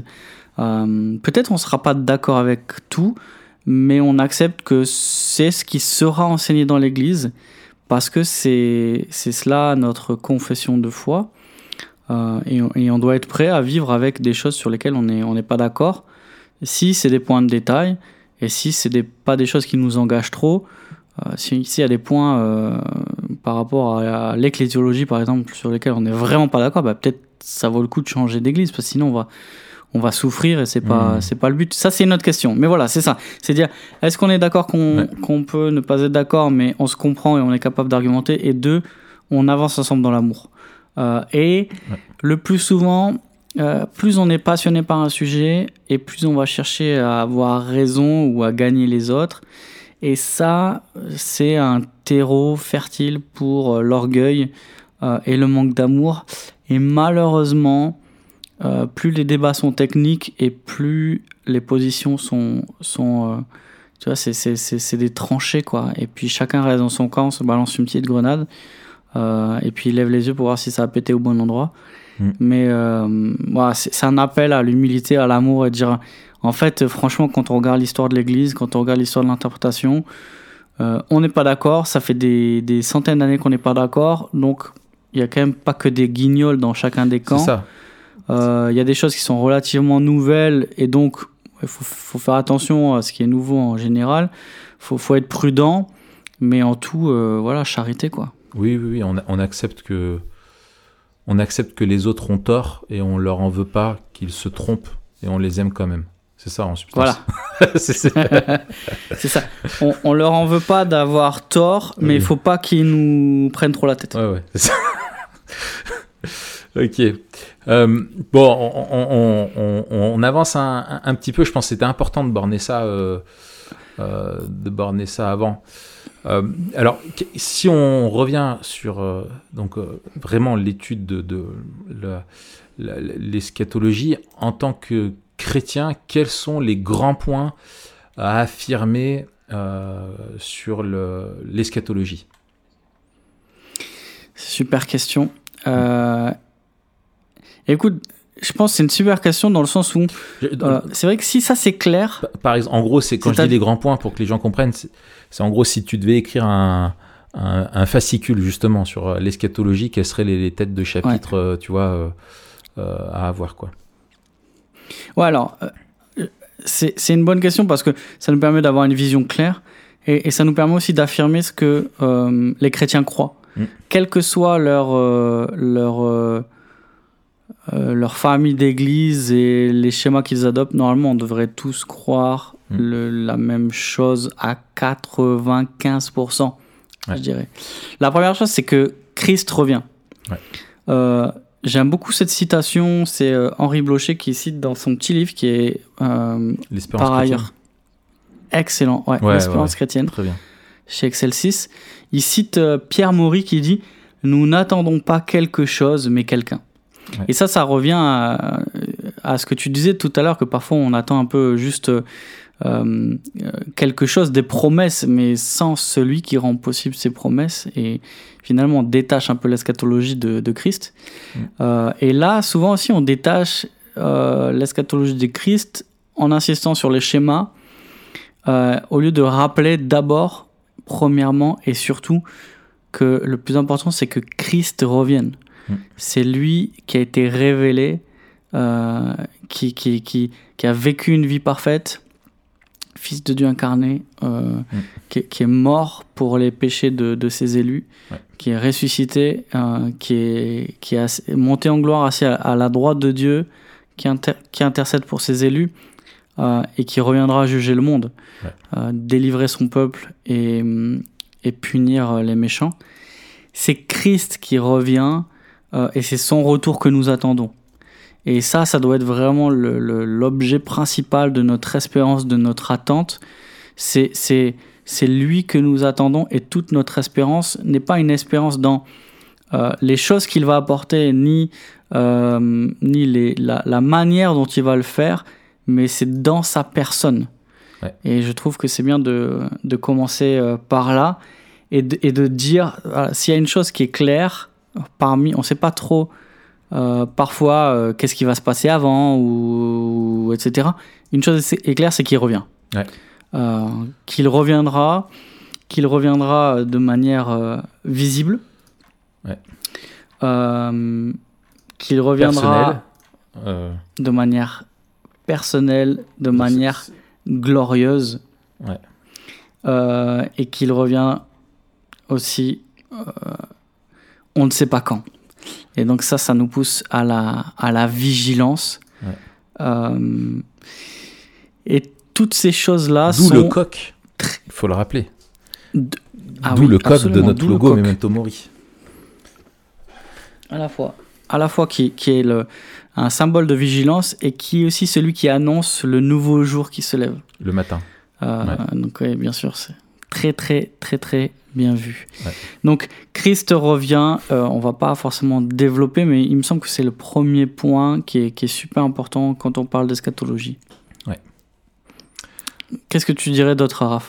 Euh, peut-être on ne sera pas d'accord avec tout, mais on accepte que c'est ce qui sera enseigné dans l'église, parce que c'est, c'est cela notre confession de foi, euh, et, on, et on doit être prêt à vivre avec des choses sur lesquelles on n'est on n'est pas d'accord, si c'est des points de détail, et si c'est des, pas des choses qui nous engagent trop. Euh, si, s'il y a des points euh, par rapport à, à l'ecclésiologie, par exemple, sur lesquels on n'est vraiment pas d'accord, bah, peut-être ça vaut le coup de changer d'église, parce que sinon on va, on va souffrir et c'est pas, mmh. c'est pas le but. Ça, c'est une autre question. Mais voilà, c'est ça. C'est dire, est-ce qu'on est d'accord qu'on, ouais. qu'on peut ne pas être d'accord, mais on se comprend et on est capable d'argumenter, et deux, on avance ensemble dans l'amour. Euh, et ouais. le plus souvent, euh, plus on est passionné par un sujet, et plus on va chercher à avoir raison ou à gagner les autres. Et ça, c'est un terreau fertile pour l'orgueil euh, et le manque d'amour. Et malheureusement, euh, plus les débats sont techniques et plus les positions sont... sont euh, tu vois, c'est, c'est, c'est, c'est des tranchées, quoi. Et puis chacun reste dans son camp, on se balance une petite grenade. Euh, et puis il lève les yeux pour voir si ça a pété au bon endroit. Mmh. Mais euh, voilà, c'est, c'est un appel à l'humilité, à l'amour, et de dire... En fait, franchement, quand on regarde l'histoire de l'Église, quand on regarde l'histoire de l'interprétation, euh, on n'est pas d'accord. Ça fait des, des centaines d'années qu'on n'est pas d'accord. Donc, il n'y a quand même pas que des guignols dans chacun des camps. C'est ça. Il euh, y a des choses qui sont relativement nouvelles. Et donc, il faut, faut faire attention à ce qui est nouveau en général. Il faut, faut être prudent. Mais en tout, euh, voilà, charité, quoi. Oui, oui, oui. On, on, accepte que, on accepte que les autres ont tort et on ne leur en veut pas qu'ils se trompent. Et on les aime quand même. C'est ça, en substance. Voilà. c'est, c'est... c'est ça. On, on leur en veut pas d'avoir tort, mais il oui. faut pas qu'ils nous prennent trop la tête. Ouais, ouais, c'est ça. Ok. Euh, bon, on, on, on, on avance un, un, un petit peu. Je pense que c'était important de borner ça, euh, euh, de borner ça avant. Euh, alors, si on revient sur euh, donc euh, vraiment l'étude de, de la, la, l'eschatologie en tant que chrétien, quels sont les grands points à affirmer euh, sur le, l'eschatologie ? Super question. Euh, écoute, je pense que c'est une super question dans le sens où euh, c'est vrai que si ça c'est clair. Par exemple, en gros, c'est quand c'est je dis ta... les grands points pour que les gens comprennent, c'est, c'est en gros si tu devais écrire un, un, un fascicule justement sur l'eschatologie, quelles seraient les, les têtes de chapitre, ouais. euh, tu vois, euh, euh, à avoir, quoi. Ouais, alors, euh, c'est, c'est une bonne question parce que ça nous permet d'avoir une vision claire et, et ça nous permet aussi d'affirmer ce que euh, les chrétiens croient. Mmh. Quelle que soit leur, euh, leur, euh, euh, leur famille d'église et les schémas qu'ils adoptent, normalement, on devrait tous croire mmh. le, la même chose à quatre-vingt-quinze pour cent, ouais. je dirais. La première chose, c'est que Christ revient. Ouais. Euh, J'aime beaucoup cette citation, c'est euh, Henri Blocher qui cite dans son petit livre qui est euh, L'espérance par chrétienne. ailleurs excellent, ouais, ouais, L'espérance ouais, chrétienne, très bien. Chez Excel six. Il cite euh, Pierre Maury qui dit « Nous n'attendons pas quelque chose, mais quelqu'un ouais. ». Et ça, ça revient à, à ce que tu disais tout à l'heure, que parfois on attend un peu juste euh, quelque chose, des promesses, mais sans celui qui rend possible ces promesses. Et finalement, on détache un peu l'eschatologie de, de Christ. Mmh. Euh, et là, souvent aussi, on détache euh, l'eschatologie de Christ en insistant sur les schémas, euh, au lieu de rappeler d'abord, premièrement et surtout, que le plus important, c'est que Christ revienne. Mmh. C'est lui qui a été révélé, euh, qui, qui, qui, qui a vécu une vie parfaite, Fils de Dieu incarné, euh, mmh. qui, qui est mort pour les péchés de, de ses élus, ouais. qui est ressuscité, euh, qui est, qui est monté en gloire assis à, à la droite de Dieu, qui, inter, qui intercède pour ses élus, euh, et qui reviendra juger le monde, ouais. euh, délivrer son peuple et, et punir les méchants. C'est Christ qui revient, euh, et c'est son retour que nous attendons. Et ça, ça doit être vraiment le, le, l'objet principal de notre espérance, de notre attente. c'est, c'est, c'est lui que nous attendons, et toute notre espérance n'est pas une espérance dans euh, les choses qu'il va apporter, ni, euh, ni les, la, la manière dont il va le faire, mais c'est dans sa personne. Ouais. Et je trouve que c'est bien de, de commencer euh, par là, et de, et de dire, voilà, s'il y a une chose qui est claire, parmi, on ne sait pas trop euh, parfois euh, qu'est-ce qui va se passer avant, ou, ou et cetera. Une chose est claire, c'est qu'il revient. Ouais. Euh, qu'il reviendra, qu'il reviendra de manière euh, visible. Ouais. Euh, qu'il reviendra euh... de manière personnelle, de Donc manière c'est... glorieuse. Ouais. Euh, et qu'il revient aussi, euh, on ne sait pas quand. Et donc ça, ça nous pousse à la, à la vigilance. Ouais. Euh, et toutes ces choses-là D'où sont... le coq, il faut le rappeler. De... Ah D'où oui, le coq de notre D'où logo Memento Mori. À la fois, à la fois qui, qui est le, un symbole de vigilance, et qui est aussi celui qui annonce le nouveau jour qui se lève. Le matin. Euh, ouais. Donc oui, bien sûr, c'est très très très très bien vu. Ouais. Donc Christ revient, euh, on va pas forcément développer, mais il me semble que c'est le premier point qui est, qui est super important quand on parle d'eschatologie. Ouais. Qu'est-ce que tu dirais d'autre, Raph ?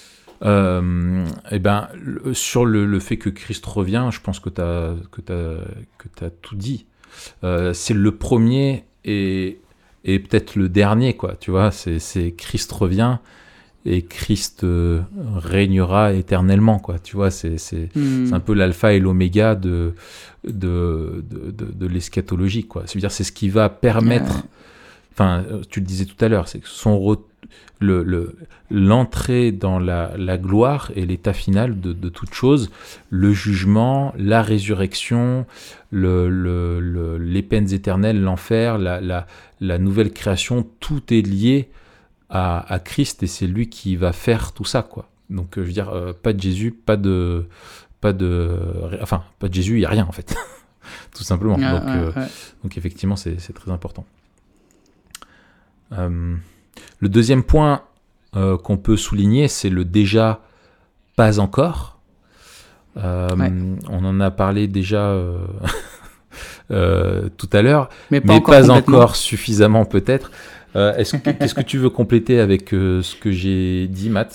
Euh, eh ben, le, sur le, le fait que Christ revient, je pense que tu as que t'as, que t'as tout dit. Euh, c'est le premier et, et peut-être le dernier, quoi. Tu vois, c'est, c'est Christ revient et Christ euh, régnera éternellement, quoi. Tu vois, c'est, c'est, mmh. c'est un peu l'alpha et l'oméga de, de, de, de, de l'eschatologie, quoi. C'est-à-dire, c'est ce qui va permettre... Enfin, tu le disais tout à l'heure, c'est que son retour... Le, le, l'entrée dans la, la gloire et l'état final de, de toute chose, le jugement, la résurrection, le, le, le, les peines éternelles, l'enfer, la, la, la nouvelle création, tout est lié à, à Christ, et c'est lui qui va faire tout ça, quoi. Donc, je veux dire, euh, pas de Jésus, pas de... Pas de enfin, pas de Jésus, il n'y a rien, en fait. Tout simplement. Ah, donc, ah, euh, ouais. donc, effectivement, c'est, c'est très important. Euh... Le deuxième point euh, qu'on peut souligner, c'est le déjà pas encore. Euh, ouais. On en a parlé déjà euh, euh, tout à l'heure, mais pas mais encore, pas encore suffisamment peut-être. Euh, est-ce que, qu'est-ce que tu veux compléter avec euh, ce que j'ai dit, Matt ?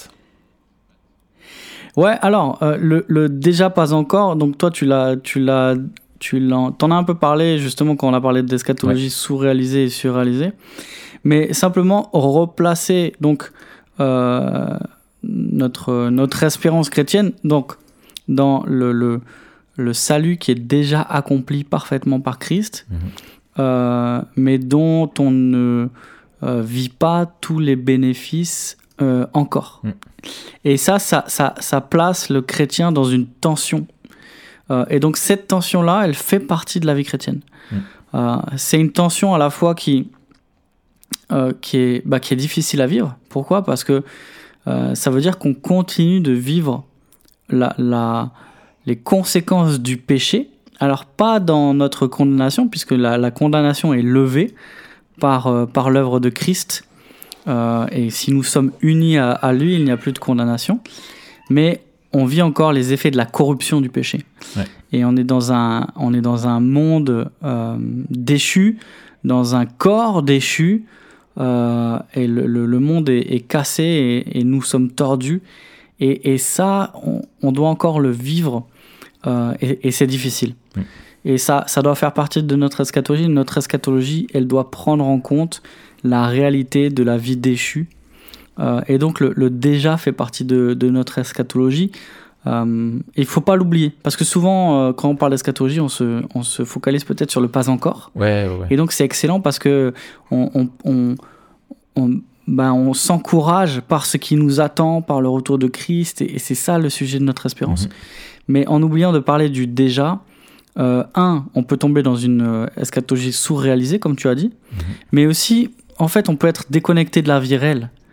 Ouais, alors, euh, le, le déjà pas encore, donc toi tu l'as... Tu l'as... Tu l'en, t'en as un peu parlé justement quand on a parlé d'eschatologie ouais. sous-réalisée et surréalisée. Mais simplement replacer donc euh, notre, notre espérance chrétienne donc, dans le, le, le salut qui est déjà accompli parfaitement par Christ, mmh. euh, mais dont on ne euh, vit pas tous les bénéfices euh, encore. Mmh. Et ça ça, ça ça place le chrétien dans une tension. Euh, et donc cette tension-là, elle fait partie de la vie chrétienne. Mmh. Euh, c'est une tension à la fois qui... Euh, qui, est, bah, qui est difficile à vivre. Pourquoi ? Parce que euh, ça veut dire qu'on continue de vivre la, la, les conséquences du péché. Alors pas dans notre condamnation, puisque la, la condamnation est levée par, euh, par l'œuvre de Christ. Euh, et si nous sommes unis à, à lui, il n'y a plus de condamnation. Mais on vit encore les effets de la corruption du péché. Ouais. Et on est dans un, on est dans un monde euh, déchu, dans un corps déchu. Euh, et le, le, le monde est, est cassé et, et nous sommes tordus et, et ça on, on doit encore le vivre euh, et, et c'est difficile mmh. et ça, ça doit faire partie de notre eschatologie. Notre eschatologie, elle doit prendre en compte la réalité de la vie déchue euh, et donc le, le déjà fait partie de, de notre eschatologie. Euh, il ne faut pas l'oublier, parce que souvent, euh, quand on parle d'eschatologie, on se, on se focalise peut-être sur le pas encore. Ouais, ouais, ouais. Et donc, c'est excellent parce que on, on, on, on, ben, on s'encourage par ce qui nous attend, par le retour de Christ, et, et c'est ça le sujet de notre espérance. Mm-hmm. Mais en oubliant de parler du déjà, euh, un, on peut tomber dans une euh, eschatologie sous-réalisée, comme tu as dit, mm-hmm. mais aussi, en fait, on peut être déconnecté de la vie réelle. Mm-hmm.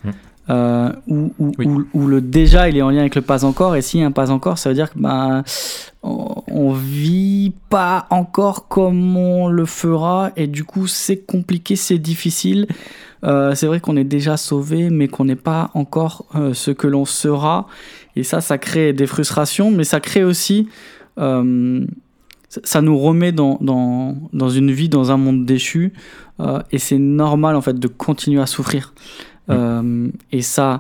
euh, où, où, Oui. où, où le déjà il est en lien avec le pas encore, et s'il y a un pas encore, ça veut dire que bah, on, on vit pas encore comme on le fera, et du coup c'est compliqué, c'est difficile. Euh, c'est vrai qu'on est déjà sauvé, mais qu'on n'est pas encore euh, ce que l'on sera, et ça, ça crée des frustrations, mais ça crée aussi, euh, ça nous remet dans, dans, dans une vie, dans un monde déchu, euh, et c'est normal en fait de continuer à souffrir. Mmh. Euh, et ça,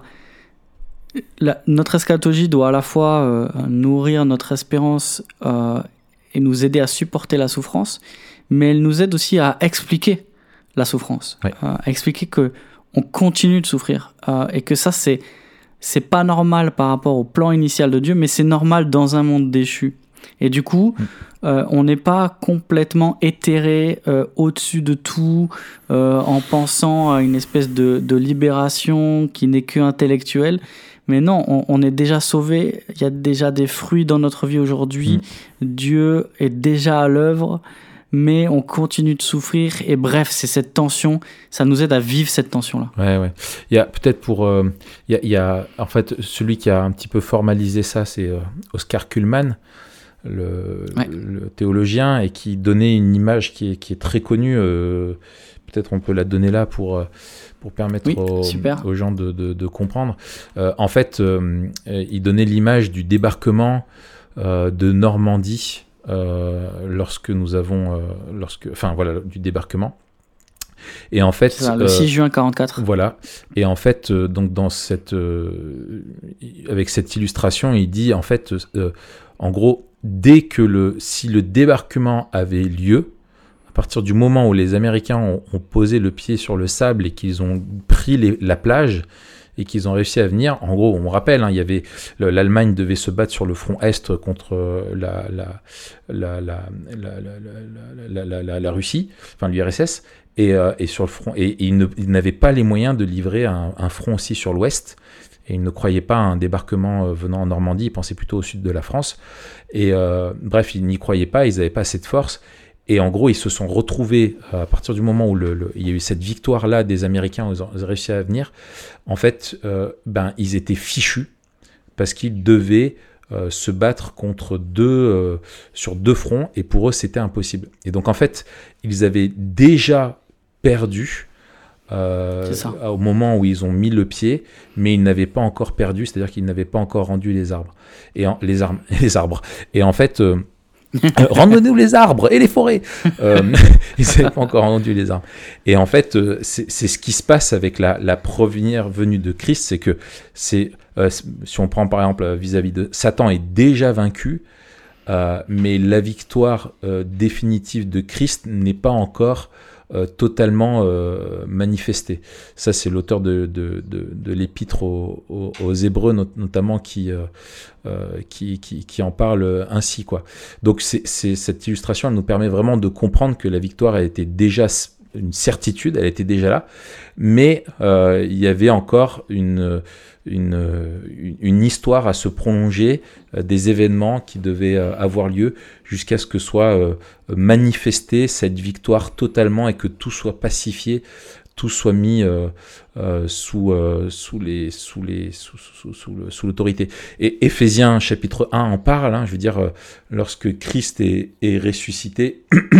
la, notre eschatologie doit à la fois euh, nourrir notre espérance euh, et nous aider à supporter la souffrance, mais elle nous aide aussi à expliquer la souffrance, ouais. euh, à expliquer que on continue de souffrir euh, et que ça c'est c'est pas normal par rapport au plan initial de Dieu, mais c'est normal dans un monde déchu. Et du coup, mmh. euh, on n'est pas complètement éthéré euh, au-dessus de tout euh, en pensant à une espèce de, de libération qui n'est que intellectuelle. Mais non, on, on est déjà sauvé. Il y a déjà des fruits dans notre vie aujourd'hui. Mmh. Dieu est déjà à l'œuvre, mais on continue de souffrir. Et bref, c'est cette tension. Ça nous aide à vivre cette tension-là. Ouais, ouais. Il y a peut-être pour, euh, il y a, il y a, en fait, celui qui a un petit peu formalisé ça, c'est euh, Oscar Cullmann. Le, ouais. le théologien, et qui donnait une image qui est, qui est très connue, euh, peut-être on peut la donner là pour, pour permettre oui, aux, aux gens de, de, de comprendre. Euh, en fait, euh, il donnait l'image du débarquement euh, de Normandie euh, lorsque nous avons, euh, lorsque, enfin voilà, du débarquement. Et en fait, ça, le euh, six juin quarante-quatre. Voilà. Et en fait, euh, donc dans cette, euh, avec cette illustration, il dit en fait, euh, en gros, dès que le, si le débarquement avait lieu, à partir du moment où les Américains ont, ont posé le pied sur le sable et qu'ils ont pris les, la plage et qu'ils ont réussi à venir, en gros, on rappelle, hein, il y avait l'Allemagne devait se battre sur le front est contre la la la la la la, la, la, la, la Russie, enfin l'U R S S, et, euh, et sur le front, et, et ils, ne, ils n'avaient pas les moyens de livrer un, un front aussi sur l'ouest. Et ils ne croyaient pas à un débarquement venant en Normandie, ils pensaient plutôt au sud de la France. Et euh, bref, ils n'y croyaient pas, ils n'avaient pas assez de force. Et en gros, ils se sont retrouvés, euh, à partir du moment où le, le, il y a eu cette victoire-là des Américains, ils ont réussi à venir, en fait, euh, ben, ils étaient fichus, parce qu'ils devaient euh, se battre contre deux, euh, sur deux fronts, et pour eux, c'était impossible. Et donc, en fait, ils avaient déjà perdu, Euh, au moment où ils ont mis le pied, mais ils n'avaient pas encore perdu, c'est-à-dire qu'ils n'avaient pas encore rendu les arbres et en, les, armes, les arbres et en fait euh, euh, rendez-nous les arbres et les forêts euh, ils n'avaient pas encore rendu les arbres et en fait euh, c'est, c'est ce qui se passe avec la, la première venue de Christ, c'est que c'est, euh, si on prend par exemple vis-à-vis de Satan est déjà vaincu, euh, mais la victoire euh, définitive de Christ n'est pas encore Euh, totalement euh, manifesté. Ça, c'est l'auteur de, de, de, de l'épître aux, aux, aux Hébreux, not- notamment, qui, euh, euh, qui, qui, qui en parle ainsi, quoi. Donc, c'est, c'est, cette illustration, elle nous permet vraiment de comprendre que la victoire, elle était déjà une certitude, elle était déjà là, mais euh, il y avait encore une, une, une histoire à se prolonger, euh, des événements qui devaient euh, avoir lieu jusqu'à ce que soit euh, manifestée cette victoire totalement et que tout soit pacifié, tout soit mis euh, euh, sous, euh, sous, les, sous, les, sous, sous, sous, le, sous l'autorité. Et Éphésiens chapitre un en parle, hein, je veux dire, euh, lorsque Christ est, est ressuscité,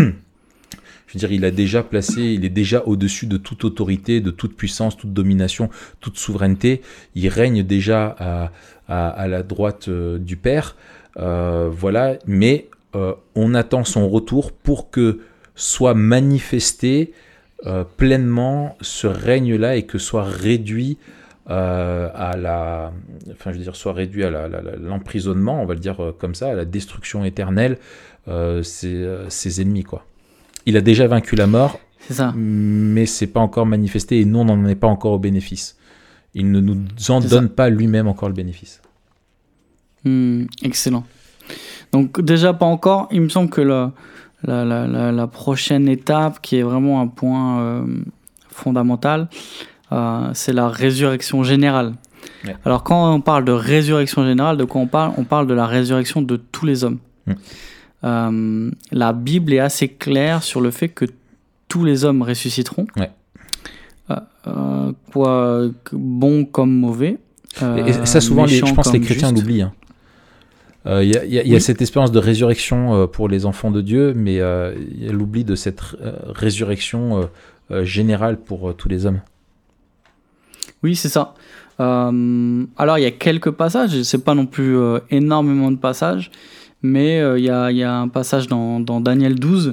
je veux dire, il a déjà placé, il est déjà au-dessus de toute autorité, de toute puissance, toute domination, toute souveraineté. Il règne déjà à, à, à la droite euh, du Père. Euh, voilà, mais euh, on attend son retour pour que soit manifesté euh, pleinement ce règne-là et que soit réduit euh, à la, enfin je veux dire, soit réduit à la, la, la, l'emprisonnement, on va le dire euh, comme ça, à la destruction éternelle, euh, ses, euh, ses ennemis, quoi. Il a déjà vaincu la mort, c'est ça. Mais c'est pas encore manifesté et nous on n'en est pas encore au bénéfice. Il ne nous en c'est donne ça. Pas lui-même encore le bénéfice. Mmh, excellent. Donc déjà pas encore, il me semble que la, la, la, la, la prochaine étape qui est vraiment un point euh, fondamental, euh, c'est la résurrection générale. Ouais. Alors quand on parle de résurrection générale, de quoi on parle ? On parle de la résurrection de tous les hommes. Mmh. Euh, la Bible est assez claire sur le fait que tous les hommes ressusciteront. Ouais. euh, quoi, bon comme mauvais. Euh, et, et ça, souvent, les, je pense que les chrétiens juste. l'oublient. Il hein. euh, y a, y a, y a oui. cette espérance de résurrection euh, pour les enfants de Dieu, mais il euh, y a l'oubli de cette euh, résurrection euh, euh, générale pour euh, tous les hommes. Oui, c'est ça. Euh, alors, il y a quelques passages, c'est pas non plus euh, énormément de passages, mais il euh, y, a, y a un passage dans, dans Daniel douze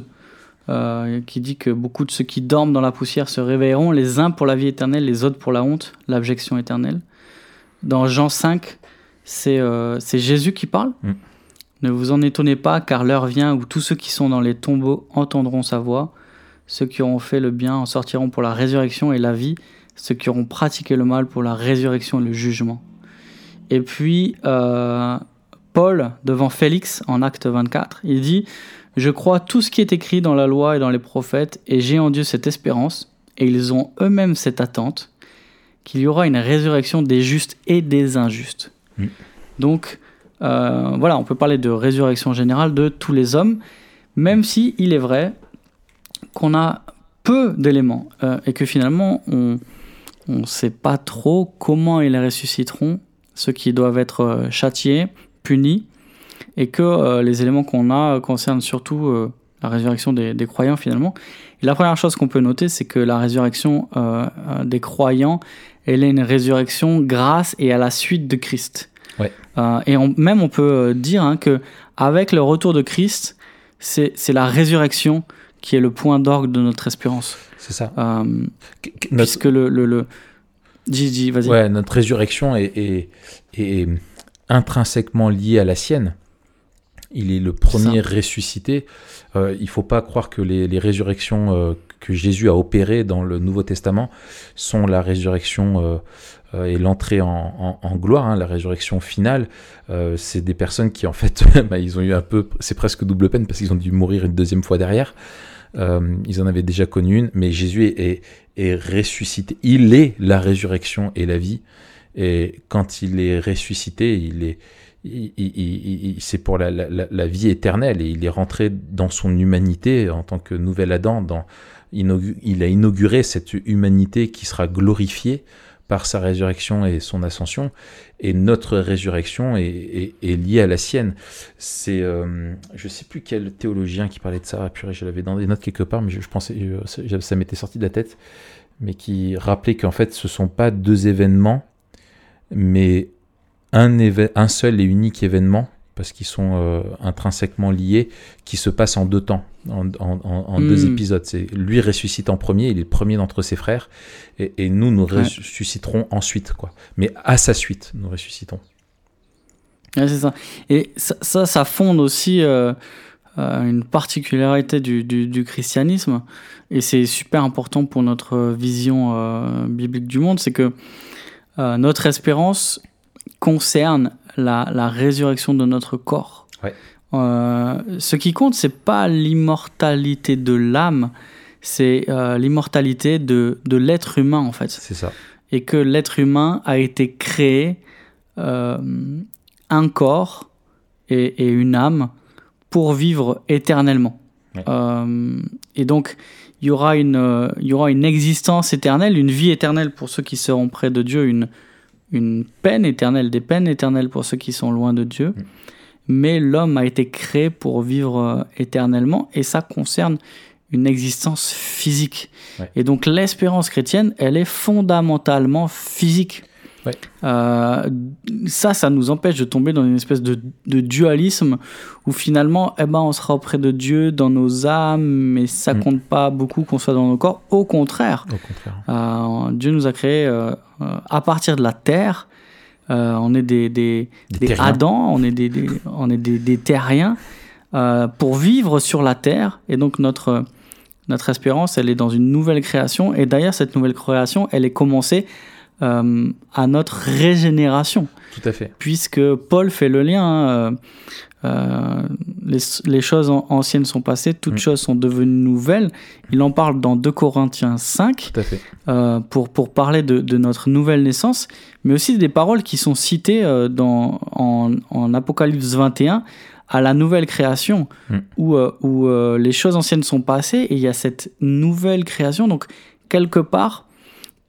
euh, qui dit que beaucoup de ceux qui dorment dans la poussière se réveilleront, les uns pour la vie éternelle, les autres pour la honte, l'abjection éternelle. Dans Jean cinq, c'est, euh, c'est Jésus qui parle. Mm. Ne vous en étonnez pas, car l'heure vient où tous ceux qui sont dans les tombeaux entendront sa voix. Ceux qui auront fait le bien en sortiront pour la résurrection et la vie. Ceux qui auront pratiqué le mal pour la résurrection et le jugement. Et puis, euh, Paul, devant Félix, en Acte vingt-quatre, il dit « Je crois tout ce qui est écrit dans la loi et dans les prophètes, et j'ai en Dieu cette espérance, et ils ont eux-mêmes cette attente, qu'il y aura une résurrection des justes et des injustes. Mmh. » Donc, euh, voilà, on peut parler de résurrection générale de tous les hommes, même si il est vrai qu'on a peu d'éléments, euh, et que finalement, on ne sait pas trop comment ils ressusciteront, ceux qui doivent être châtiés, punis, et que euh, les éléments qu'on a concernent surtout euh, la résurrection des, des croyants finalement. Et la première chose qu'on peut noter, c'est que la résurrection euh, des croyants, elle est une résurrection grâce et à la suite de Christ. Ouais. Euh, et on, même on peut dire hein, qu'avec le retour de Christ, c'est, c'est la résurrection qui est le point d'orgue de notre espérance. C'est ça. Euh, notre... Puisque le... le, le... Dis, dis, vas-y. Ouais, notre résurrection est, est, est intrinsèquement liée à la sienne. Il est le premier ressuscité. Euh, il ne faut pas croire que les, les résurrections euh, que Jésus a opérées dans le Nouveau Testament sont la résurrection euh, euh, et l'entrée en, en, en gloire, hein, la résurrection finale. Euh, c'est des personnes qui, en fait, bah, ils ont eu un peu... C'est presque double peine parce qu'ils ont dû mourir une deuxième fois derrière. Euh, ils en avaient déjà connu une, mais Jésus est, est, est ressuscité. Il est la résurrection et la vie. Et quand il est ressuscité, il est... Il, il, il, c'est pour la, la, la vie éternelle et il est rentré dans son humanité en tant que nouvel Adam. Dans, inaugure, il a inauguré cette humanité qui sera glorifiée par sa résurrection et son ascension. Et notre résurrection est, est, est liée à la sienne. C'est, euh, je ne sais plus quel théologien qui parlait de ça. Purée, je l'avais dans des notes quelque part, mais je, je pensais, je, ça m'était sorti de la tête. Mais qui rappelait qu'en fait, ce ne sont pas deux événements, mais Un, éve- un seul et unique événement, parce qu'ils sont euh, intrinsèquement liés, qui se passe en deux temps, en, en, en mmh. deux épisodes. C'est lui ressuscite en premier, il est le premier d'entre ses frères, et, et nous, nous ouais. ressusciterons ensuite, quoi. Mais à sa suite, nous ressuscitons. Ouais, c'est ça. Et ça, ça, ça fonde aussi euh, euh, une particularité du, du, du christianisme, et c'est super important pour notre vision euh, biblique du monde, c'est que euh, notre espérance concerne la, la résurrection de notre corps. Ouais. Euh, ce qui compte, c'est pas l'immortalité de l'âme, c'est euh, l'immortalité de, de l'être humain, en fait. C'est ça. Et que l'être humain a été créé euh, un corps et, et une âme pour vivre éternellement. Ouais. Euh, et donc, il y aura une, il y aura une existence éternelle, une vie éternelle pour ceux qui seront près de Dieu, une une peine éternelle, des peines éternelles pour ceux qui sont loin de Dieu. Mmh. Mais l'homme a été créé pour vivre euh, éternellement, et ça concerne une existence physique. Ouais. Et donc l'espérance chrétienne, elle est fondamentalement physique. Ouais. Euh, ça, ça nous empêche de tomber dans une espèce de, de dualisme où finalement, eh ben, on sera auprès de Dieu dans nos âmes, mais ça mmh. compte pas beaucoup qu'on soit dans nos corps. Au contraire, Au contraire. Euh, Dieu nous a créés euh, à partir de la terre. Euh, on est des, des, des, des Adams, on est des, des, on est des, des terriens euh, pour vivre sur la terre. Et donc notre, notre espérance, elle est dans une nouvelle création. Et d'ailleurs, cette nouvelle création, elle est commencée Euh, à notre régénération. Tout à fait. Puisque Paul fait le lien, hein, euh, les, les choses an- anciennes sont passées, toutes mmh. choses sont devenues nouvelles. Il en parle dans deux Corinthiens cinq, Tout à fait. Euh, pour, pour parler de, de notre nouvelle naissance, mais aussi des paroles qui sont citées euh, dans, en, en Apocalypse vingt et un, à la nouvelle création, mmh. où, euh, où euh, les choses anciennes sont passées et il y a cette nouvelle création. Donc, quelque part,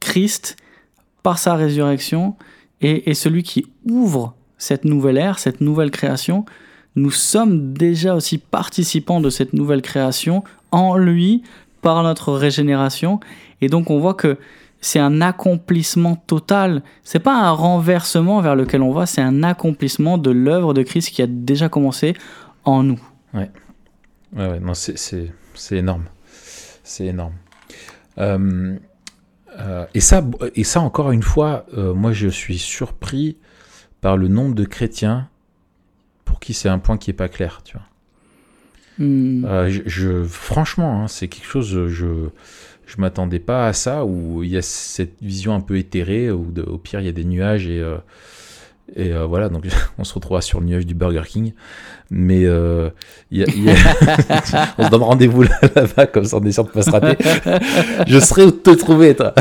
Christ, par sa résurrection, est, est celui qui ouvre cette nouvelle ère, cette nouvelle création. Nous sommes déjà aussi participants de cette nouvelle création en lui, par notre régénération. Et donc on voit que c'est un accomplissement total. C'est pas un renversement vers lequel on va, c'est un accomplissement de l'œuvre de Christ qui a déjà commencé en nous. Ouais, ouais, ouais non, c'est, c'est, c'est énorme. C'est énorme. Euh, euh, et, ça, et ça, encore une fois, euh, moi je suis surpris par le nombre de chrétiens pour qui c'est un point qui n'est pas clair, tu vois. Mm. Euh, je, je, franchement, hein, c'est quelque chose, je je m'attendais pas à ça, où il y a cette vision un peu éthérée, où de, au pire il y a des nuages et, euh, et euh, voilà, donc on se retrouvera sur le nuage du Burger King. Mais euh, y a, y a on se donne rendez-vous là, là-bas, comme ça on est sûr de pas se rater. Je serai où te trouver, toi.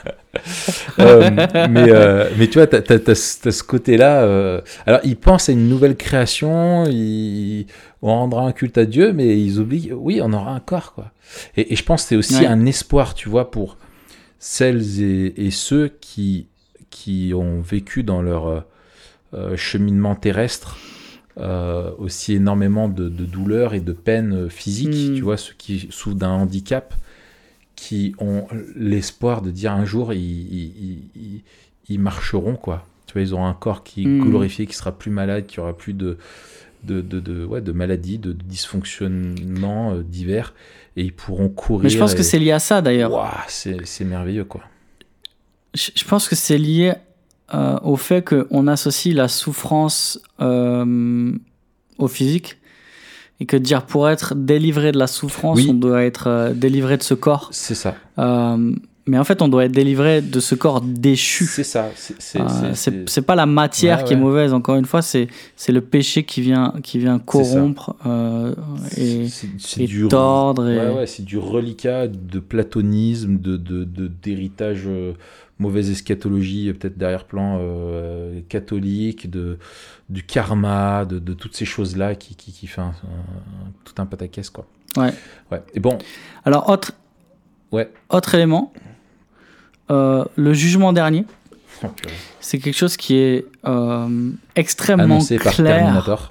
euh, mais, euh, mais tu vois, t'as, t'as, t'as, t'as ce côté-là. Euh... Alors, ils pensent à une nouvelle création, ils... on rendra un culte à Dieu, mais ils oublient, oui, on aura un corps, quoi. Et, et je pense que c'est aussi ouais. un espoir, tu vois, pour celles et, et ceux qui, qui ont vécu dans leur euh, cheminement terrestre euh, aussi énormément de, de douleurs et de peines physiques, mmh. tu vois, ceux qui souffrent d'un handicap, qui ont l'espoir de dire un jour ils, ils, ils, ils marcheront, quoi. Tu vois, ils auront un corps qui est mmh. glorifié, qui sera plus malade, qui aura plus de, de, de, de, ouais, de maladies, de, de dysfonctionnements euh, divers, et ils pourront courir. Mais je pense et... que c'est lié à ça, d'ailleurs. Wow, c'est, c'est merveilleux, quoi. Je, je pense que c'est lié euh, au fait qu'on associe la souffrance euh, au physique. Et que dire, pour être délivré de la souffrance, oui. on doit être euh, délivré de ce corps. C'est ça. Euh, mais en fait, on doit être délivré de ce corps déchu. C'est ça. C'est, c'est, euh, c'est, c'est, c'est... c'est pas la matière ouais, qui ouais. est mauvaise, encore une fois, c'est, c'est le péché qui vient, qui vient corrompre euh, et, c'est, c'est et du, tordre. Et... Ouais, ouais, c'est du reliquat de platonisme, de, de, de, d'héritage, euh, mauvaise eschatologie, peut-être d'arrière-plan euh, catholique, de... du karma, de, de toutes ces choses-là qui, qui, qui fait un, un, tout un pataquès, quoi. Ouais. Ouais. Et bon. Alors, autre, ouais. autre élément, euh, le jugement dernier, oh, c'est quelque chose qui est euh, extrêmement annoncé clair. Par Terminator.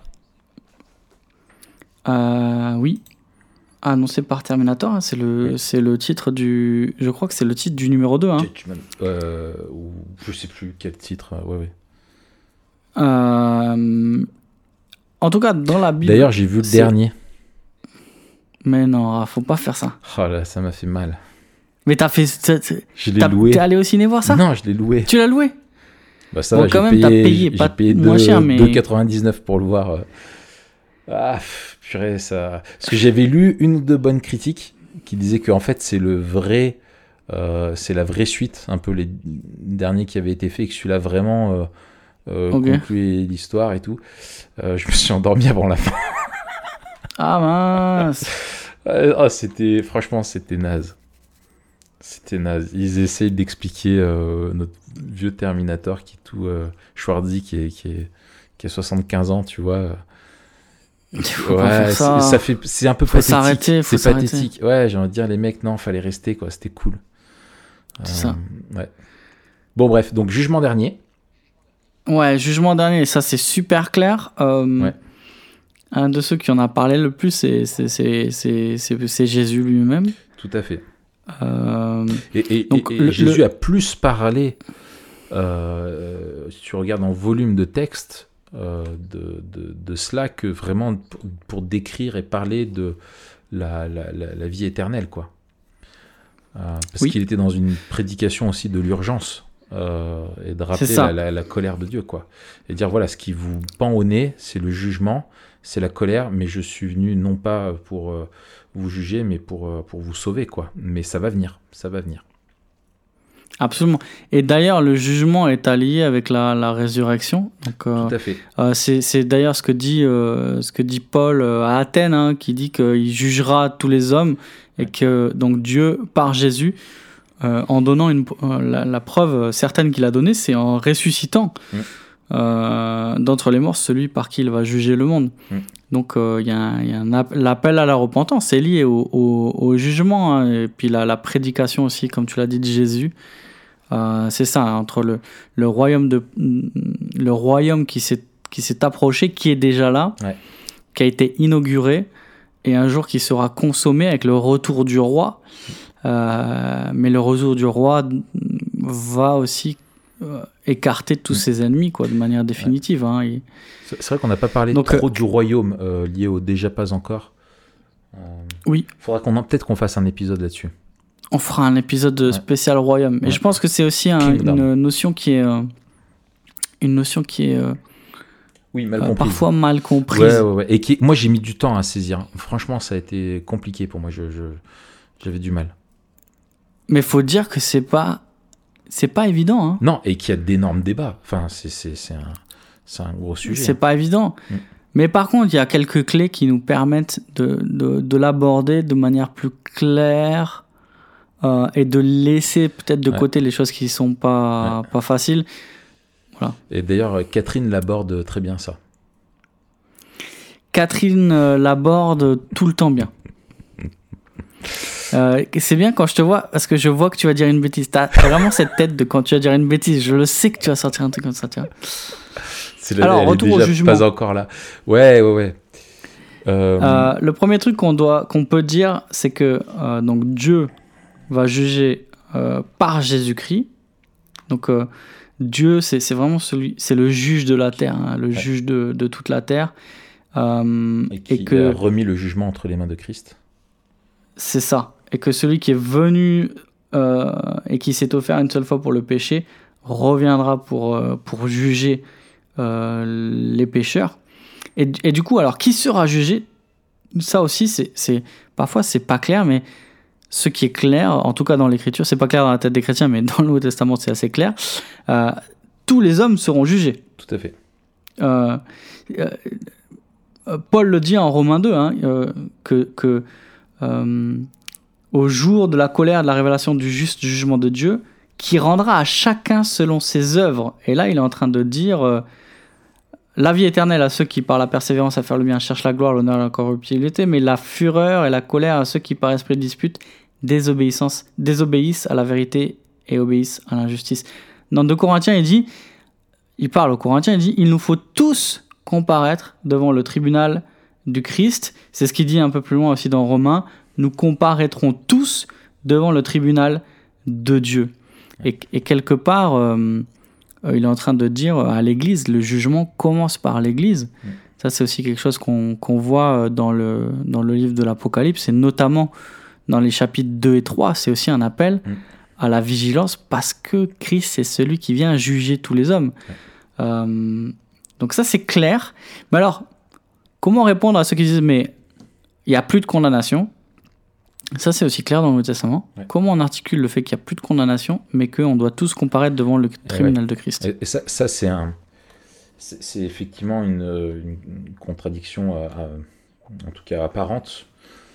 Euh, oui. Annoncé par Terminator, hein, c'est, le, oui. c'est le titre du... Je crois que c'est le titre du numéro deux. Hein. Judgment. Euh, ou je sais plus quel titre. Ouais, ouais. Euh, en tout cas, dans la Bible. D'ailleurs, j'ai vu le c'est... dernier. Mais non, faut pas faire ça. Oh là, ça m'a fait mal. Mais t'as fait. T'as, je l'ai loué. T'es allé au ciné voir ça ? Non, je l'ai loué. Tu l'as loué ? Bah ça, bon, va, quand j'ai même, payé, t'as payé j'ai pas payé moins deux, cher, mais. deux euros quatre-vingt-dix-neuf pour le voir. Ah, purée, ça. Parce que j'avais lu une ou deux bonnes critiques qui disaient qu'en fait, c'est le vrai. Euh, c'est la vraie suite, un peu les derniers qui avaient été faits, et que celui-là vraiment. Euh, Euh, okay. concluer l'histoire et tout. Euh, je me suis endormi avant la fin. Ah mince. oh, c'était franchement c'était naze. C'était naze. Ils essayent d'expliquer euh, notre vieux Terminator qui est tout euh, Schwarzy qui est qui est qui a soixante-quinze ans, tu vois. Ouais, ça. C'est, ça fait c'est un peu faut pathétique. S'arrêter, faut c'est s'arrêter. pathétique. Ouais, j'ai envie de dire les mecs non, fallait rester quoi, c'était cool. C'est euh, ça. Ouais. Bon bref, donc jugement dernier. Ouais, jugement dernier, ça c'est super clair. Euh, ouais. Un de ceux qui en a parlé le plus, c'est, c'est, c'est, c'est, c'est, c'est Jésus lui-même. Tout à fait. Euh, et, et, donc, et, et le, Jésus le... a plus parlé, euh, si tu regardes en volume de texte, euh, de, de, de cela que vraiment pour, pour décrire et parler de la, la, la, la vie éternelle, quoi. Euh, parce oui. qu'il était dans une prédication aussi de l'urgence. Euh, et de rappeler la, la, la colère de Dieu, quoi. Et dire voilà, ce qui vous pend au nez, c'est le jugement, c'est la colère, mais je suis venu non pas pour euh, vous juger, mais pour, euh, pour vous sauver, quoi. Mais ça va venir, ça va venir. Absolument. Et d'ailleurs, le jugement est allié avec la, la résurrection. Donc, euh, tout à fait. Euh, c'est, c'est d'ailleurs ce que dit, euh, ce que dit Paul à Athènes, hein, qui dit qu'il jugera tous les hommes et que donc Dieu, par Jésus, Euh, en donnant une, euh, la, la preuve certaine qu'il a donnée, c'est en ressuscitant mmh. euh, d'entre les morts celui par qui il va juger le monde. Mmh. Donc il euh, y a, y a un app- l'appel à la repentance, c'est lié au, au, au jugement, hein, et puis la, la prédication aussi, comme tu l'as dit, de Jésus, Euh, c'est ça, entre le, le royaume de le royaume qui s'est qui s'est approché, qui est déjà là, ouais. qui a été inauguré, et un jour qui sera consommé avec le retour du roi. Euh, mais le retour du roi va aussi euh, écarter tous ses ennemis, quoi, de manière définitive. Ouais. Hein, et... c'est, c'est vrai qu'on n'a pas parlé Donc, trop euh, du royaume euh, lié au déjà pas encore. Euh, oui. Faudra qu'on en, peut-être qu'on fasse un épisode là-dessus. On fera un épisode ouais. spécial royaume. Et ouais. je pense que c'est aussi un, une notion qui est euh, une notion qui est euh, oui, mal euh, parfois mal comprise. Ouais, ouais, ouais. Et qui, moi, j'ai mis du temps à saisir. Franchement, ça a été compliqué pour moi. Je, je, j'avais du mal. Mais faut dire que c'est pas c'est pas évident. Hein. Non, et qu'il y a d'énormes débats. Enfin, c'est c'est c'est un c'est un gros sujet. C'est hein. pas évident. Mm. Mais par contre, il y a quelques clés qui nous permettent de de, de l'aborder de manière plus claire. Euh, et de laisser peut-être de ouais. côté les choses qui sont pas, ouais. pas faciles. Voilà. Et d'ailleurs, Catherine l'aborde très bien, ça. Catherine euh, l'aborde tout le temps bien. euh, c'est bien quand je te vois, parce que je vois que tu vas dire une bêtise. T'as, t'as vraiment cette tête de quand tu vas dire une bêtise. Je le sais que tu vas sortir un truc comme ça, tu vois. C'est la, Alors, retour au jugement. Pas encore là. Ouais, ouais, ouais. Euh... Euh, le premier truc qu'on, doit, qu'on peut dire, c'est que euh, donc Dieu va juger euh, par Jésus-Christ. Donc euh, Dieu, c'est, c'est vraiment celui, c'est le juge de la terre, hein, le ouais. juge de, de toute la terre. Euh, et qui et que, a remis le jugement entre les mains de Christ. C'est ça. Et que celui qui est venu euh, et qui s'est offert une seule fois pour le péché reviendra pour, euh, pour juger euh, les pécheurs. Et, et du coup, alors qui sera jugé ? Ça aussi, c'est, c'est, parfois c'est pas clair, mais ce qui est clair, en tout cas dans l'Écriture, c'est pas clair dans la tête des chrétiens, mais dans le Nouveau Testament, c'est assez clair. Euh, tous les hommes seront jugés. Tout à fait. Euh, euh, Paul le dit en Romains deux, hein, euh, que, que euh, au jour de la colère, de la révélation du juste jugement de Dieu, qui rendra à chacun selon ses œuvres. Et là, il est en train de dire euh, la vie éternelle à ceux qui, par la persévérance à faire le bien, cherchent la gloire, l'honneur et l'incorruptibilité, mais la fureur et la colère à ceux qui, par esprit de dispute, désobéissance, désobéissent à la vérité et obéissent à l'injustice. Dans deux Corinthiens, il dit, il parle aux Corinthiens, il dit, il nous faut tous comparaître devant le tribunal du Christ. C'est ce qu'il dit un peu plus loin aussi dans Romains. Nous comparaîtrons tous devant le tribunal de Dieu. Et, et quelque part, euh, il est en train de dire à l'Église, le jugement commence par l'Église. Mmh. Ça, c'est aussi quelque chose qu'on, qu'on voit dans le, dans le livre de l'Apocalypse, et notamment dans les chapitres deux et trois. C'est aussi un appel mmh. à la vigilance, parce que Christ, c'est celui qui vient juger tous les hommes. Mmh. Euh, donc ça, c'est clair. Mais alors, comment répondre à ceux qui disent, mais il n'y a plus de condamnation ? Ça, c'est aussi clair dans le Nouveau Testament. Ouais. Comment on articule le fait qu'il n'y a plus de condamnation, mais qu'on doit tous comparaître devant le tribunal ouais. de Christ ? Et, et ça, ça c'est, un, c'est, c'est effectivement une, une contradiction, à, à, en tout cas apparente,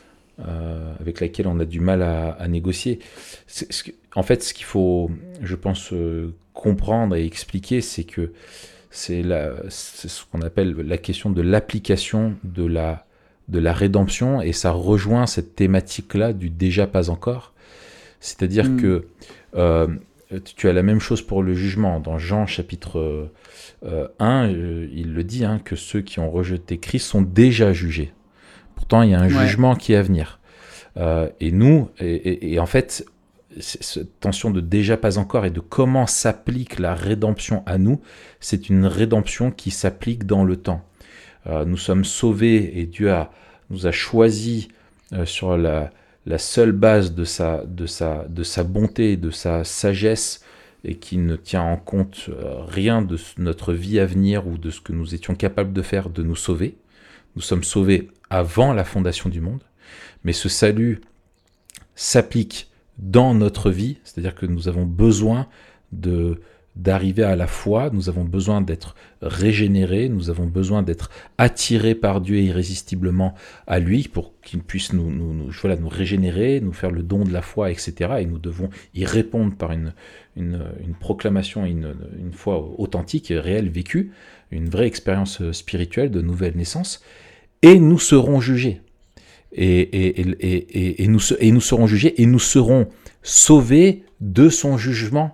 euh, avec laquelle on a du mal à, à négocier. C'est, ce que, en fait, ce qu'il faut, je pense, euh, comprendre et expliquer, c'est que c'est, la, c'est ce qu'on appelle la question de l'application de la de la rédemption, et ça rejoint cette thématique-là du déjà pas encore. C'est-à-dire mmh. que euh, tu as la même chose pour le jugement. Dans Jean chapitre euh, un, euh, il le dit, hein, que ceux qui ont rejeté Christ sont déjà jugés. Pourtant, il y a un ouais. jugement qui est à venir. Euh, et nous, et, et, et en fait, cette tension de déjà pas encore et de comment s'applique la rédemption à nous, c'est une rédemption qui s'applique dans le temps. Euh, nous sommes sauvés et Dieu a, nous a choisis euh, sur la, la seule base de sa, de, sa, de sa bonté, de sa sagesse, et qui ne tient en compte euh, rien de notre vie à venir ou de ce que nous étions capables de faire, de nous sauver. Nous sommes sauvés avant la fondation du monde, mais ce salut s'applique dans notre vie, c'est-à-dire que nous avons besoin de... d'arriver à la foi, nous avons besoin d'être régénérés, nous avons besoin d'être attirés par Dieu irrésistiblement à lui pour qu'il puisse nous, nous, nous, voilà, nous régénérer, nous faire le don de la foi, et cetera. Et nous devons y répondre par une, une, une proclamation, une, une foi authentique, réelle, vécue, une vraie expérience spirituelle de nouvelle naissance, et nous serons jugés. Et, et, et, et, et, nous, et nous serons jugés et nous serons sauvés de son jugement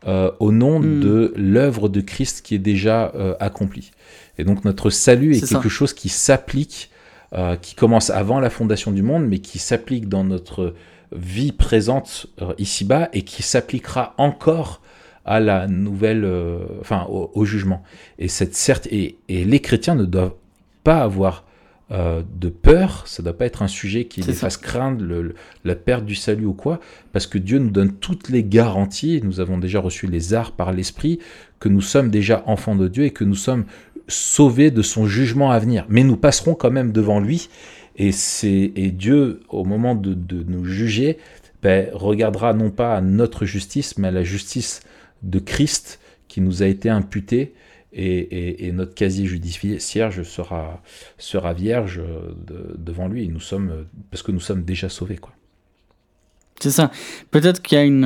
euh, au nom Mm. de l'œuvre de Christ qui est déjà euh, accomplie. Et donc notre salut est, C'est quelque ça. chose qui s'applique, euh, qui commence avant la fondation du monde, mais qui s'applique dans notre vie présente euh, ici-bas et qui s'appliquera encore à la nouvelle, euh, enfin au, au jugement. Et cette certe et, et les chrétiens ne doivent pas avoir euh, de peur. Ça ne doit pas être un sujet qui C'est les ça. fasse craindre le, le- la perte du salut ou quoi, parce que Dieu nous donne toutes les garanties. Nous avons déjà reçu les arts par l'Esprit, que nous sommes déjà enfants de Dieu et que nous sommes sauvés de son jugement à venir. Mais nous passerons quand même devant lui. Et, c'est, et Dieu, au moment de, de nous juger, ben, regardera non pas à notre justice, mais à la justice de Christ qui nous a été imputée, et, et, et notre casier judiciaire sera, sera vierge de, devant lui. Et nous sommes, parce que nous sommes déjà sauvés, quoi. C'est ça. Peut-être qu'il y a une,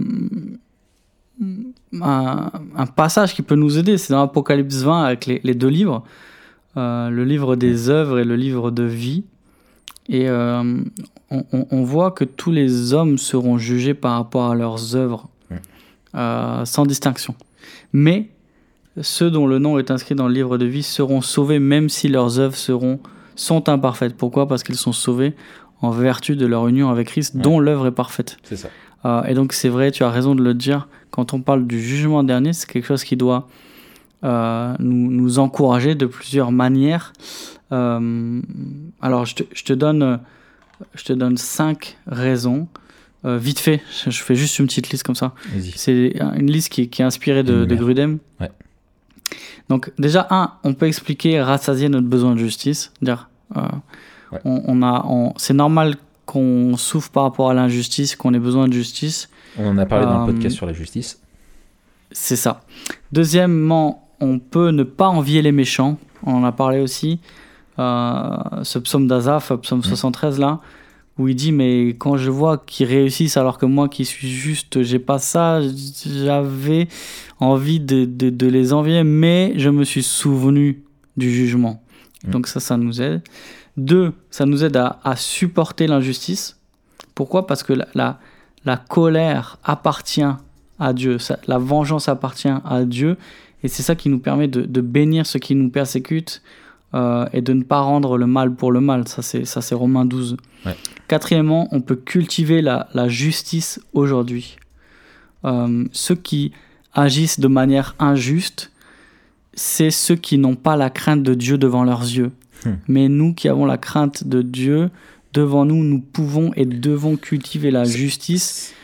euh, un, un passage qui peut nous aider. C'est dans Apocalypse vingt avec les, les deux livres. Euh, le livre des œuvres et le livre de vie. Et euh, on, on- on voit que tous les hommes seront jugés par rapport à leurs œuvres, Mm. euh, sans distinction. Mais ceux dont le nom est inscrit dans le livre de vie seront sauvés même si leurs œuvres seront, sont imparfaites. Pourquoi ? Parce qu'ils sont sauvés en vertu de leur union avec Christ, Ouais. dont l'œuvre est parfaite. C'est ça. Euh, et donc c'est vrai, tu as raison de le dire, quand on parle du jugement dernier, c'est quelque chose qui doit euh, nous, nous encourager de plusieurs manières. Euh, alors je te, je te donne, je te donne cinq raisons. Euh, vite fait, je, je fais juste une petite liste comme ça. Vas-y. C'est une liste qui, qui est inspirée de, de Énumère. Grudem. Ouais. Donc déjà, un, on peut expliquer, rassasier notre besoin de justice. Dire, euh, Ouais. on, on a, on- c'est normal qu'on souffre par rapport à l'injustice, qu'on ait besoin de justice. On en a parlé dans Euh, le podcast sur la justice. C'est ça. Deuxièmement, on peut ne pas envier les méchants. On en a parlé aussi. Euh, ce psaume d'Asaph, psaume Mmh. soixante-treize là, où il dit mais quand je vois qu'ils réussissent alors que moi qui suis juste, j'ai pas ça, j'avais envie de, de, de les envier, mais je me suis souvenu du jugement. Mmh. Donc ça, ça nous aide. Deux, ça nous aide à, à supporter l'injustice. Pourquoi ? Parce que la, la, la colère appartient à Dieu, ça, la vengeance appartient à Dieu, et c'est ça qui nous permet de, de bénir ceux qui nous persécutent, euh, et de ne pas rendre le mal pour le mal. Ça, c'est, ça, c'est Romains douze. Ouais. Quatrièmement, on peut cultiver la, la justice aujourd'hui. Euh, ceux qui agissent de manière injuste, c'est ceux qui n'ont pas la crainte de Dieu devant leurs yeux. Hmm. Mais nous qui avons la crainte de Dieu devant nous, nous pouvons et devons cultiver la C'est- justice.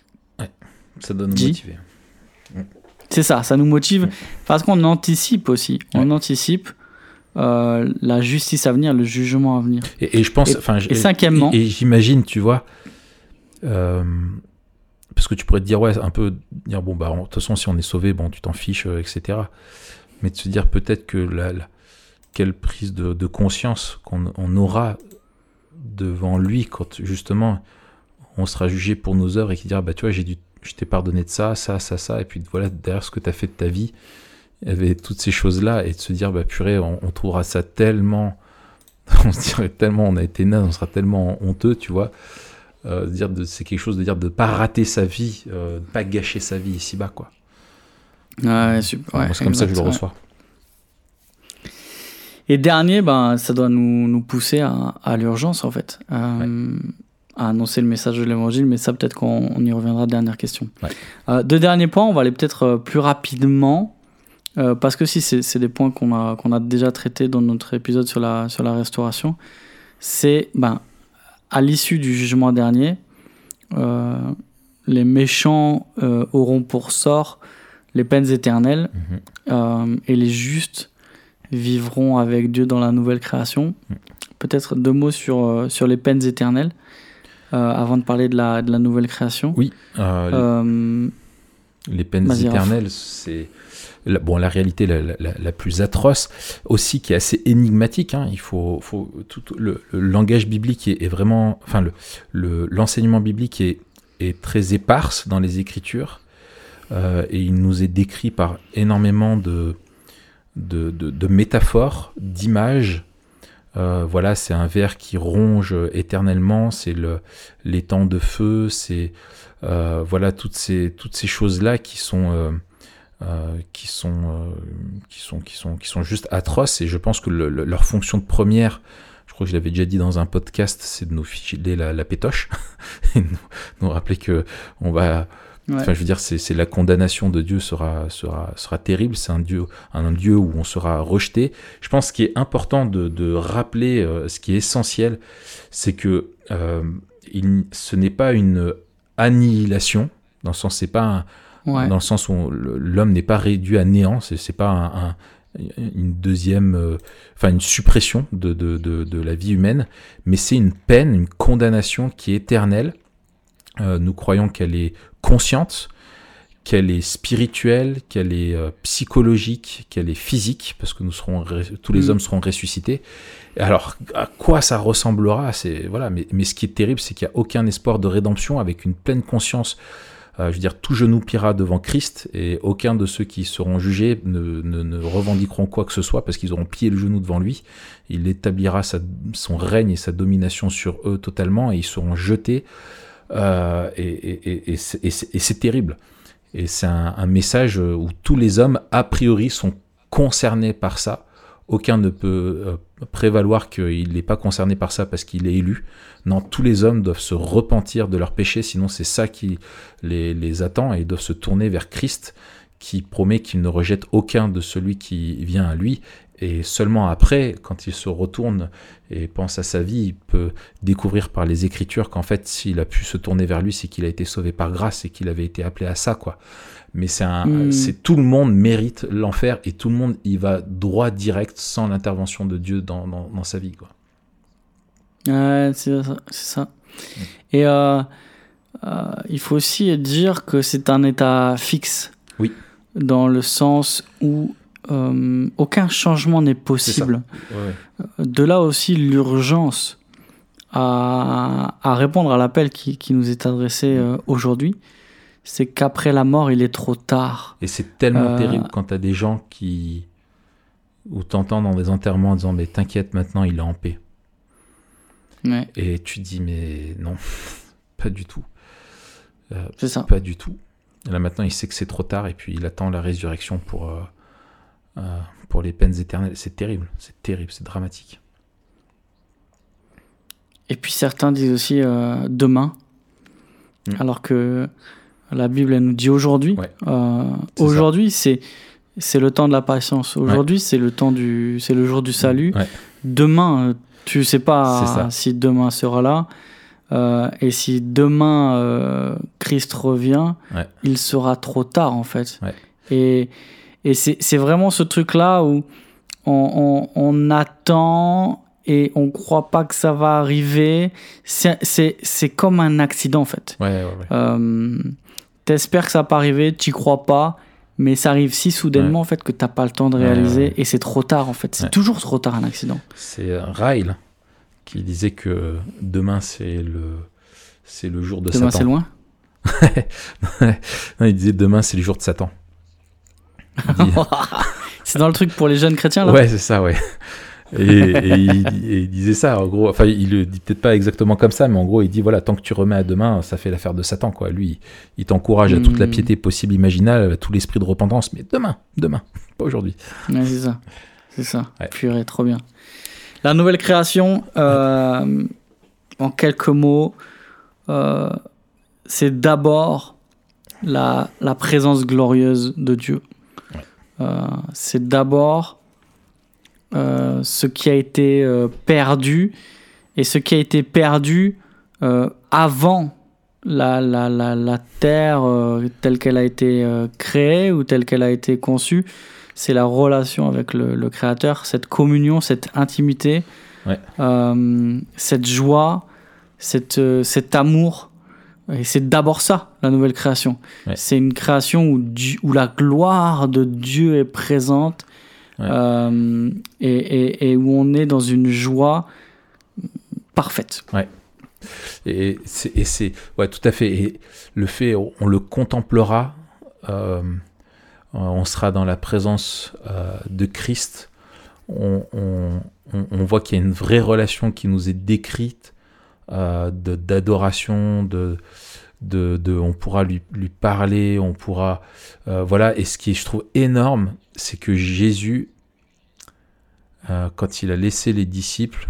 Ça doit nous Dis. motiver. C'est ça, ça nous motive parce qu'on anticipe aussi. On anticipe euh, la justice à venir, le jugement à venir. Et, et je pense, Et- enfin, et cinquièmement- et, et j'imagine, tu vois, euh, parce que tu pourrais te dire, ouais, un peu, dire, bon, bah, de toute façon, si on est sauvé, bon, tu t'en fiches, euh, et cetera. Mais de se dire peut-être que la, la- quelle prise de, de conscience qu'on on aura devant lui quand justement on sera jugé pour nos œuvres et qui dira, bah, tu vois, j'ai dû, je t'ai pardonné de ça, ça, ça, ça, et puis voilà, derrière ce que tu as fait de ta vie, il y avait toutes ces choses-là, et de se dire, bah, purée, on, on trouvera ça tellement, on se dirait tellement, on a été naze, on sera tellement honteux, tu vois. Euh, dire de, c'est quelque chose de dire de ne pas rater sa vie, euh, de ne pas gâcher sa vie ici-bas, quoi. Ouais, super. Enfin, Ouais, moi, c'est comme ça que je le exact, ouais. reçois. Et dernier, ben, ça doit nous, nous pousser à, à l'urgence, en fait, euh, à annoncer le message de l'évangile, mais ça, peut-être qu'on on y reviendra. Dernière question. Ouais. Euh, deux derniers points, on va aller peut-être euh, plus rapidement, euh, parce que si c'est, c'est des points qu'on a, qu'on a déjà traités dans notre épisode sur la, sur la restauration. C'est, ben, à l'issue du jugement dernier, euh, les méchants euh, auront pour sort les peines éternelles, Mhm. euh, et les justes vivront avec Dieu dans la nouvelle création. Mm. Peut-être deux mots sur, euh, sur les peines éternelles, euh, avant de parler de la, de la nouvelle création. Oui, euh, Euh, les peines vas-y, Raph. éternelles, c'est la, bon, la réalité la, la, la plus atroce, aussi qui est assez énigmatique. Hein. Il faut, faut tout, tout- le, le langage biblique est, est vraiment, enfin le, le, l'enseignement biblique est, est très éparse dans les Écritures, euh, et il nous est décrit par énormément de, de, de, de métaphores, d'images, Euh, voilà, c'est un ver qui ronge éternellement, c'est le, les temps de feu, c'est euh, voilà toutes ces toutes ces choses-là qui sont euh, euh, qui sont euh, qui sont qui sont qui sont juste atroces. Et je pense que le, le, leur fonction de première, je crois que je l'avais déjà dit dans un podcast, c'est de nous filer la, la pétoche et nous, nous rappeler que on va Ouais. Enfin, je veux dire, c'est, c'est la condamnation de Dieu sera, sera, sera terrible. C'est un Dieu, un Dieu où on sera rejeté. Je pense qu'il est important de, de rappeler euh, ce qui est essentiel, c'est que euh, il, ce n'est pas une annihilation, dans le sens, c'est pas un, Ouais. dans le sens où l'homme n'est pas réduit à néant. C'est, c'est pas un, un, une deuxième, euh, enfin une suppression de, de, de, de la vie humaine, mais c'est une peine, une condamnation qui est éternelle. Euh, nous croyons qu'elle est consciente, qu'elle est spirituelle, qu'elle est euh, psychologique, qu'elle est physique, parce que nous serons ré- tous les mmh. hommes seront ressuscités. Alors, à quoi ça ressemblera, c'est, voilà, mais, mais ce qui est terrible, c'est qu'il n'y a aucun espoir de rédemption, avec une pleine conscience. Euh, je veux dire, tout genou pliera devant Christ, et aucun de ceux qui seront jugés ne, ne, ne revendiqueront quoi que ce soit, parce qu'ils auront plié le genou devant lui. Il établira sa, son règne et sa domination sur eux totalement, et ils seront jetés. Euh, et, et, et, et, c'est, et, c'est, et c'est terrible. Et c'est un, un message où tous les hommes, a priori, sont concernés par ça. Aucun ne peut euh, prévaloir qu'il n'est pas concerné par ça parce qu'il est élu. Non, tous les hommes doivent se repentir de leurs péchés, sinon c'est ça qui les, les attend, et ils doivent se tourner vers Christ, qui promet qu'il ne rejette aucun de celui qui vient à lui. Et seulement après, quand il se retourne et pense à sa vie, il peut découvrir par les Écritures qu'en fait, s'il a pu se tourner vers lui, c'est qu'il a été sauvé par grâce et qu'il avait été appelé à ça, quoi. Mais c'est un, mmh. c'est tout le monde mérite l'enfer, et tout le monde y va droit direct sans l'intervention de Dieu dans, dans, dans sa vie, quoi. Ouais, c'est ça. C'est ça. Mmh. Et euh, euh, il faut aussi dire que c'est un état fixe. Oui. Dans le sens où Euh, aucun changement n'est possible. Ouais. De là aussi l'urgence à, à répondre à l'appel qui, qui nous est adressé euh, aujourd'hui, c'est qu'après la mort, il est trop tard. Et c'est tellement euh... terrible quand t'as des gens qui, ou t'entends dans des enterrements en disant mais t'inquiète, maintenant il est en paix. Ouais. Et tu dis mais non, pas du tout. Euh, c'est ça. Pas du tout. Et là maintenant il sait que c'est trop tard, et puis il attend la résurrection pour euh, Euh, pour les peines éternelles. C'est terrible, c'est terrible, c'est dramatique. Et puis certains disent aussi euh, demain, mmh. alors que la Bible elle nous dit aujourd'hui. Ouais. Euh, c'est aujourd'hui, c'est, c'est le temps de la patience. Aujourd'hui, ouais. c'est le temps du, c'est le jour du salut. Ouais. Demain, tu sais pas si demain sera là. Euh, et si demain euh, Christ revient, ouais. il sera trop tard en fait. Ouais. Et Et c'est, c'est vraiment ce truc-là où on, on, on attend et on croit pas que ça va arriver. C'est, c'est, c'est comme un accident, en fait. Ouais, ouais, ouais. Euh, t'espères que ça va pas arriver, t'y crois pas, mais ça arrive si soudainement, ouais. en fait, que t'as pas le temps de réaliser, ouais, ouais, ouais. et c'est trop tard, en fait. C'est ouais. toujours trop tard, un accident. C'est Ryle qui disait que demain, c'est le, c'est le jour de demain, Satan. Demain, c'est loin. Non, il disait demain, c'est le jour de Satan. Dit... c'est dans le truc pour les jeunes chrétiens là. Ouais, c'est ça, ouais. Et, et, il, et il disait ça, en gros. Enfin, il le dit peut-être pas exactement comme ça, mais en gros, il dit voilà, tant que tu remets à demain, ça fait l'affaire de Satan, quoi. Lui, il t'encourage à toute la piété possible, imaginable, à tout l'esprit de repentance, mais demain, demain, pas aujourd'hui. Ouais, c'est ça, c'est ça. Ouais. Purée, trop bien. La nouvelle création, euh, en quelques mots, euh, c'est d'abord la, la présence glorieuse de Dieu. Ouais. Euh, c'est d'abord euh, ce qui a été euh, perdu, et ce qui a été perdu euh, avant la, la, la, la terre euh, telle qu'elle a été euh, créée ou telle qu'elle a été conçue. C'est la relation avec le, le Créateur, cette communion, cette intimité, ouais. euh, cette joie, cette, euh, cet amour. Et c'est d'abord ça, la nouvelle création. Ouais. C'est une création où, Dieu, où la gloire de Dieu est présente, ouais. euh, et, et, et où on est dans une joie parfaite. Ouais. Et c'est, et c'est ouais, tout à fait. Et le fait, on le contemplera, euh, on sera dans la présence euh, de Christ, on, on, on, on voit qu'il y a une vraie relation qui nous est décrite, euh, de, d'adoration, de, de, de, on pourra lui, lui parler, on pourra... Euh, voilà, et ce qui est, je trouve, énorme, c'est que Jésus, euh, quand il a laissé les disciples,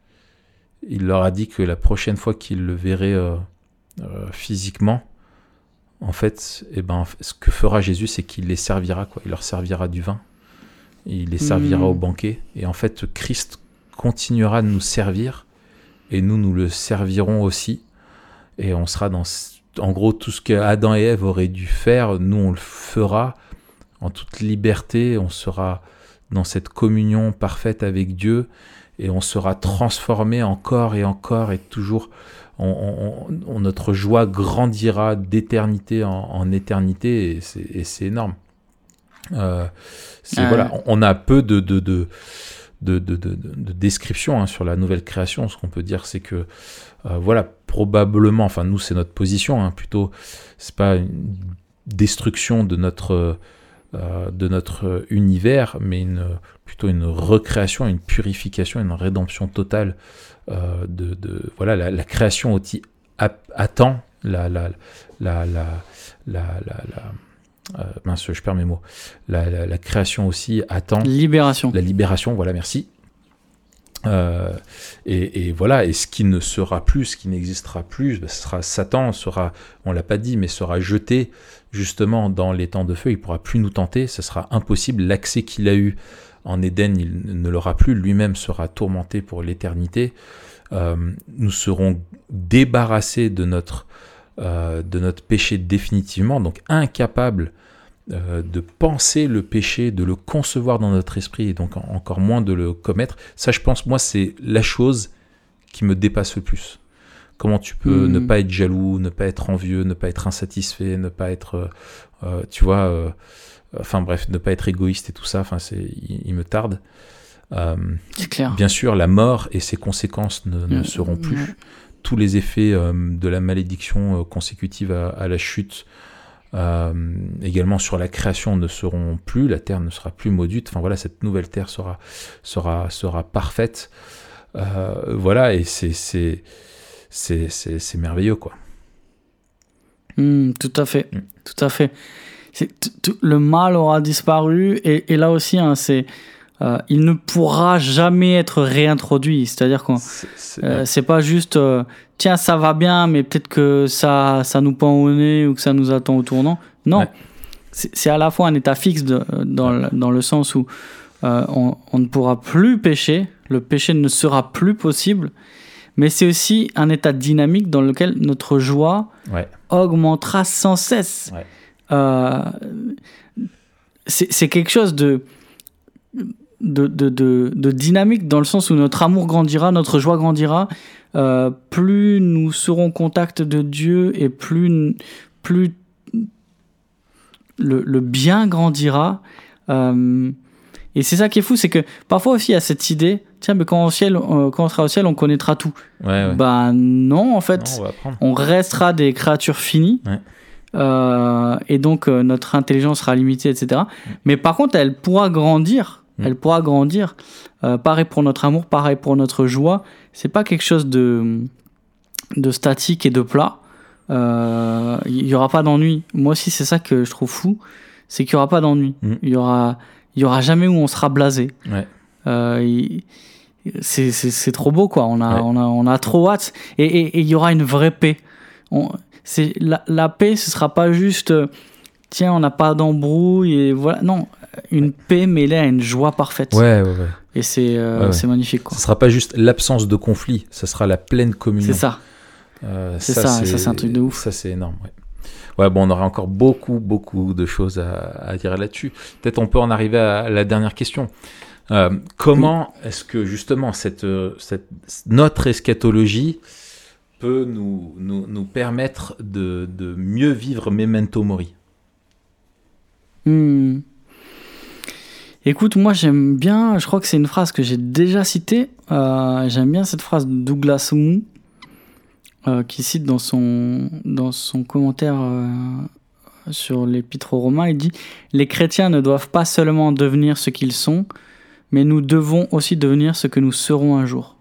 il leur a dit que la prochaine fois qu'il le verrait euh, euh, physiquement, en fait, eh ben, ce que fera Jésus, c'est qu'il les servira, quoi. Il leur servira du vin, il les servira mmh. au banquet, et en fait, Christ continuera de nous servir, et nous, nous le servirons aussi, et on sera dans, en gros, tout ce que Adam et Ève auraient dû faire, nous, on le fera en toute liberté, on sera dans cette communion parfaite avec Dieu, et on sera transformé encore et encore, et toujours... On, on, on, notre joie grandira d'éternité en, en éternité, et c'est, et c'est énorme. Euh, c'est, ah, voilà, on a peu de, de, de, de, de, de, de descriptions hein, sur la nouvelle création. Ce qu'on peut dire, c'est que, euh, voilà, probablement, enfin nous c'est notre position, hein, plutôt, c'est pas une destruction de notre, euh, de notre univers, mais une, plutôt une recréation, une purification, une rédemption totale. Euh, de, de voilà la, la création aussi attend la la la la la, la, la euh, mince je perds mes mots la, la, la création aussi attend libération la libération voilà merci euh, et, et voilà et ce qui ne sera plus ce qui n'existera plus bah, ce sera Satan sera on l'a pas dit mais sera jeté justement dans les temps de feu, il pourra plus nous tenter, ce sera impossible, l'accès qu'il a eu en Éden, il ne l'aura plus, lui-même sera tourmenté pour l'éternité. Euh, nous serons débarrassés de notre, euh, de notre péché définitivement, donc incapables euh, de penser le péché, de le concevoir dans notre esprit, et donc en, encore moins de le commettre. Ça, je pense, moi, c'est la chose qui me dépasse le plus. Comment tu peux mmh. ne pas être jaloux, ne pas être envieux, ne pas être insatisfait, ne pas être, euh, euh, tu vois... Euh, Enfin bref, ne pas être égoïste et tout ça, enfin, c'est, il, il me tarde. Euh, c'est clair. Bien sûr, la mort et ses conséquences ne, ne mmh. seront plus. Mmh. Tous les effets euh, de la malédiction euh, consécutive à, à la chute, euh, également sur la création, ne seront plus. La terre ne sera plus maudite. Enfin voilà, cette nouvelle terre sera, sera, sera parfaite. Euh, voilà, et c'est, c'est, c'est, c'est, c'est merveilleux, quoi. Mmh, tout à fait, mmh. tout à fait. C'est, t- t- le mal aura disparu et, et là aussi hein, c'est euh, il ne pourra jamais être réintroduit, c'est-à-dire qu'on c'est, c'est, euh, c'est pas juste euh, tiens ça va bien mais peut-être que ça ça nous pend au nez ou que ça nous attend au tournant. Non, ouais. c'est, c'est à la fois un état fixe de, dans ouais. le, dans le sens où euh, on, on ne pourra plus pécher, le péché ne sera plus possible, mais c'est aussi un état dynamique dans lequel notre joie ouais. augmentera sans cesse. Ouais. Euh, c'est, c'est quelque chose de, de, de, de, de dynamique dans le sens où notre amour grandira, notre joie grandira, euh, plus nous serons en contact de Dieu et plus, plus le, le bien grandira. Euh, et c'est ça qui est fou, c'est que parfois aussi il y a cette idée, tiens, mais quand, au ciel, euh, quand on sera au ciel, on connaîtra tout. Ouais, ouais. Ben non, en fait, non, on, on restera des créatures finies. Ouais. Euh, et donc euh, notre intelligence sera limitée, et cetera. Mmh. Mais par contre, elle pourra grandir. Mmh. Elle pourra grandir. Euh, pareil pour notre amour, pareil pour notre joie. C'est pas quelque chose de, de statique et de plat. Il euh, y aura pas d'ennui. Moi aussi, c'est ça que je trouve fou, c'est qu'il y aura pas d'ennui. Il mmh. y aura, il y aura jamais où on sera blasé. Ouais. Euh, y, c'est, c'est, c'est trop beau, quoi. On a, ouais. on a, on a trop hâte. Et il y aura une vraie paix. On, c'est la, la paix, ce sera pas juste euh, tiens, on n'a pas d'embrouille et voilà. Non, une paix mêlée à une joie parfaite. Ouais, ouais, ouais. Et c'est, euh, ouais, ouais. c'est magnifique, quoi. Ce sera pas juste l'absence de conflit, ça sera la pleine communion. C'est ça. Euh, c'est ça, ça, c'est, ça, c'est un truc de ouf. Ça, c'est énorme, ouais. Ouais, bon, on aura encore beaucoup, beaucoup de choses à, à dire là-dessus. Peut-être on peut en arriver à la dernière question. Euh, comment oui. est-ce que justement cette, cette, notre eschatologie peut nous, nous, nous permettre de, de mieux vivre Memento Mori? hmm. Écoute, moi j'aime bien, je crois que c'est une phrase que j'ai déjà citée, euh, j'aime bien cette phrase de Douglas Moo, euh, qui cite dans son, dans son commentaire euh, sur l'Épître aux Romains, il dit « Les chrétiens ne doivent pas seulement devenir ce qu'ils sont, mais nous devons aussi devenir ce que nous serons un jour.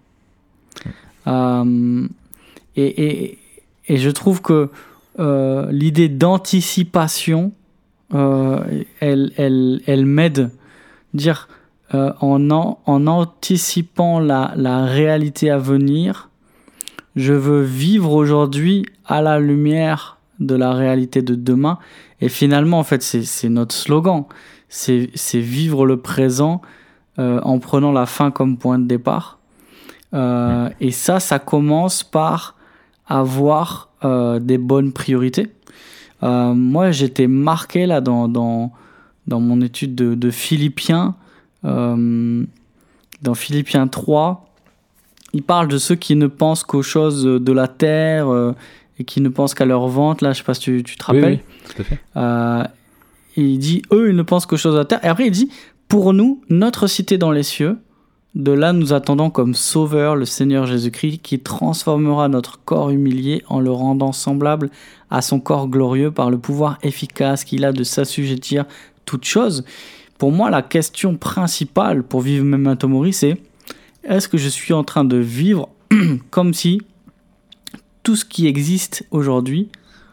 Euh, et, et, et je trouve que euh, l'idée d'anticipation, euh, elle, elle, elle m'aide. Dire, euh, en, en, en anticipant la, la réalité à venir, je veux vivre aujourd'hui à la lumière de la réalité de demain. Et finalement, en fait, c'est, c'est notre slogan. C'est, c'est vivre le présent euh, en prenant la fin comme point de départ. Euh, et ça, ça commence par avoir euh, des bonnes priorités. Euh, moi, j'étais marqué là dans, dans, dans mon étude de, de Philippiens. Euh, dans Philippiens trois, il parle de ceux qui ne pensent qu'aux choses de la terre euh, et qui ne pensent qu'à leur ventre. Là, je ne sais pas si tu, tu te rappelles. Oui, oui, tout à fait. Euh, il dit, eux, ils ne pensent qu'aux choses de la terre. Et après, il dit, pour nous, notre cité dans les cieux, de là, nous attendons comme sauveur le Seigneur Jésus-Christ qui transformera notre corps humilié en le rendant semblable à son corps glorieux par le pouvoir efficace qu'il a de s'assujettir toutes choses. Pour moi, la question principale pour vivre Memento Mori, c'est est-ce que je suis en train de vivre comme si tout ce qui existe aujourd'hui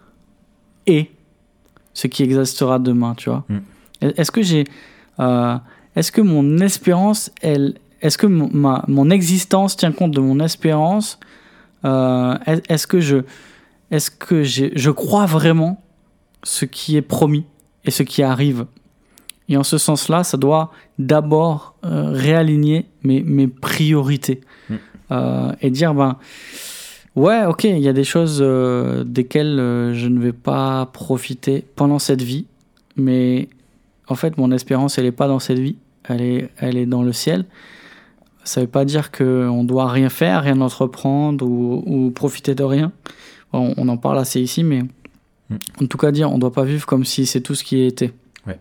est ce qui existera demain, tu vois. Mm. Est-ce que j'ai, euh, est-ce que mon espérance, elle, est-ce que mon, ma, mon existence tient compte de mon espérance? euh, Est-ce que je, est-ce que j'ai, je crois vraiment ce qui est promis et ce qui arrive? Et en ce sens-là, ça doit d'abord euh, réaligner mes, mes priorités. Mm. Euh, et dire, ben, ouais, ok, il y a des choses euh, desquelles euh, je ne vais pas profiter pendant cette vie, mais en fait, mon espérance, elle n'est pas dans cette vie, elle est, elle est dans le ciel. Ça ne veut pas dire qu'on ne doit rien faire, rien entreprendre ou, ou profiter de rien. On, on en parle assez ici, mais mm. en tout cas, dire on ne doit pas vivre comme si c'est tout ce qui était. Ouais.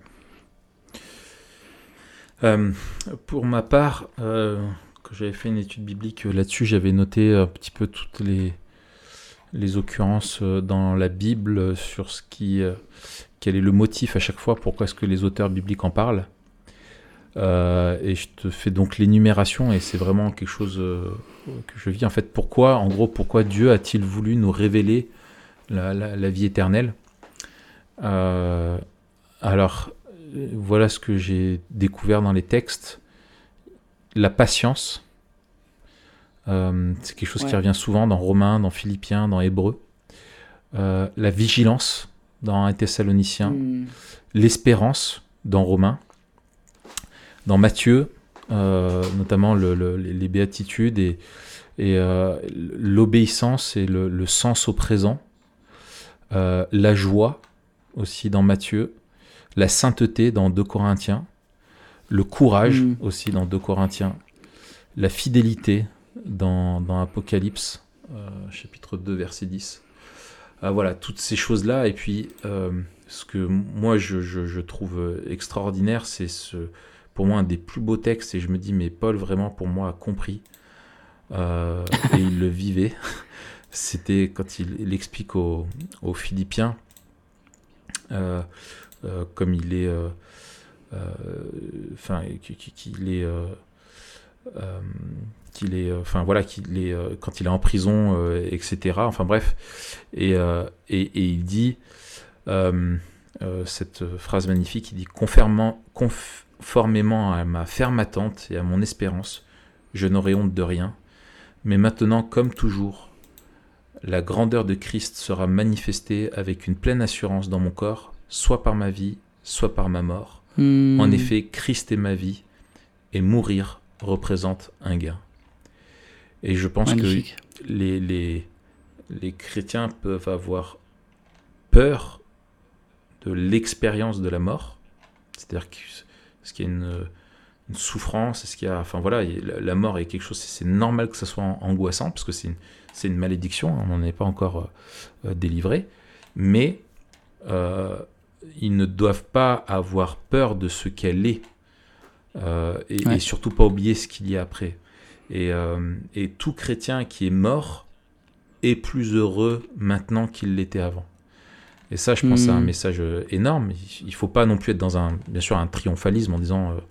Euh, pour ma part, euh, quand j'avais fait une étude biblique là-dessus, j'avais noté un petit peu toutes les, les occurrences dans la Bible sur ce qui, euh, quel est le motif à chaque fois, pourquoi est-ce que les auteurs bibliques en parlent. Euh, et je te fais donc l'énumération, et c'est vraiment quelque chose euh, que je vis. En fait, pourquoi, en gros, pourquoi Dieu a-t-il voulu nous révéler la, la, la vie éternelle? euh, Alors, voilà ce que j'ai découvert dans les textes. La patience, euh, c'est quelque chose ouais. qui revient souvent dans Romains, dans Philippiens, dans Hébreux. Euh, la vigilance dans un Thessaloniciens. Mm. L'espérance dans Romains. Dans Matthieu, euh, notamment le, le, les béatitudes et, et euh, l'obéissance et le, le sens au présent. Euh, la joie aussi dans Matthieu. La sainteté dans deux Corinthiens, le courage mmh. aussi dans deux Corinthiens, la fidélité dans, dans Apocalypse, euh, chapitre deux, verset dix. Euh, voilà, toutes ces choses-là. Et puis, euh, ce que moi, je, je, je trouve extraordinaire, c'est ce, pour moi un des plus beaux textes, et je me dis, mais Paul, vraiment, pour moi, a compris, euh, et il le vivait. C'était quand il, il explique aux, aux Philippiens, euh, Euh, comme il est, enfin, euh, euh, qu'il est, euh, euh, qu'il est, enfin voilà, qu'il est, euh, quand il est en prison, euh, et cetera. Enfin bref, et euh, et, et il dit euh, euh, cette phrase magnifique. Il dit conformément, conformément à ma ferme attente et à mon espérance, je n'aurai honte de rien. Mais maintenant, comme toujours, la grandeur de Christ sera manifestée avec une pleine assurance dans mon corps, soit par ma vie, soit par ma mort. Mmh. En effet, Christ est ma vie, et mourir représente un gain. Et je pense Magnifique. que les, les, les chrétiens peuvent avoir peur de l'expérience de la mort, c'est-à-dire est-ce qu'il y a une, une souffrance, est-ce qu'il y a, enfin voilà, la mort est quelque chose, c'est normal que ça soit angoissant, parce que c'est une, c'est une malédiction, on n'en est pas encore euh, délivré, mais euh, ils ne doivent pas avoir peur de ce qu'elle est, euh, et, ouais. et surtout pas oublier ce qu'il y a après. Et, euh, et tout chrétien qui est mort est plus heureux maintenant qu'il l'était avant. Et ça, je pense, mmh. c'est un message énorme. Il ne faut pas non plus être dans un, bien sûr, un triomphalisme en disant euh,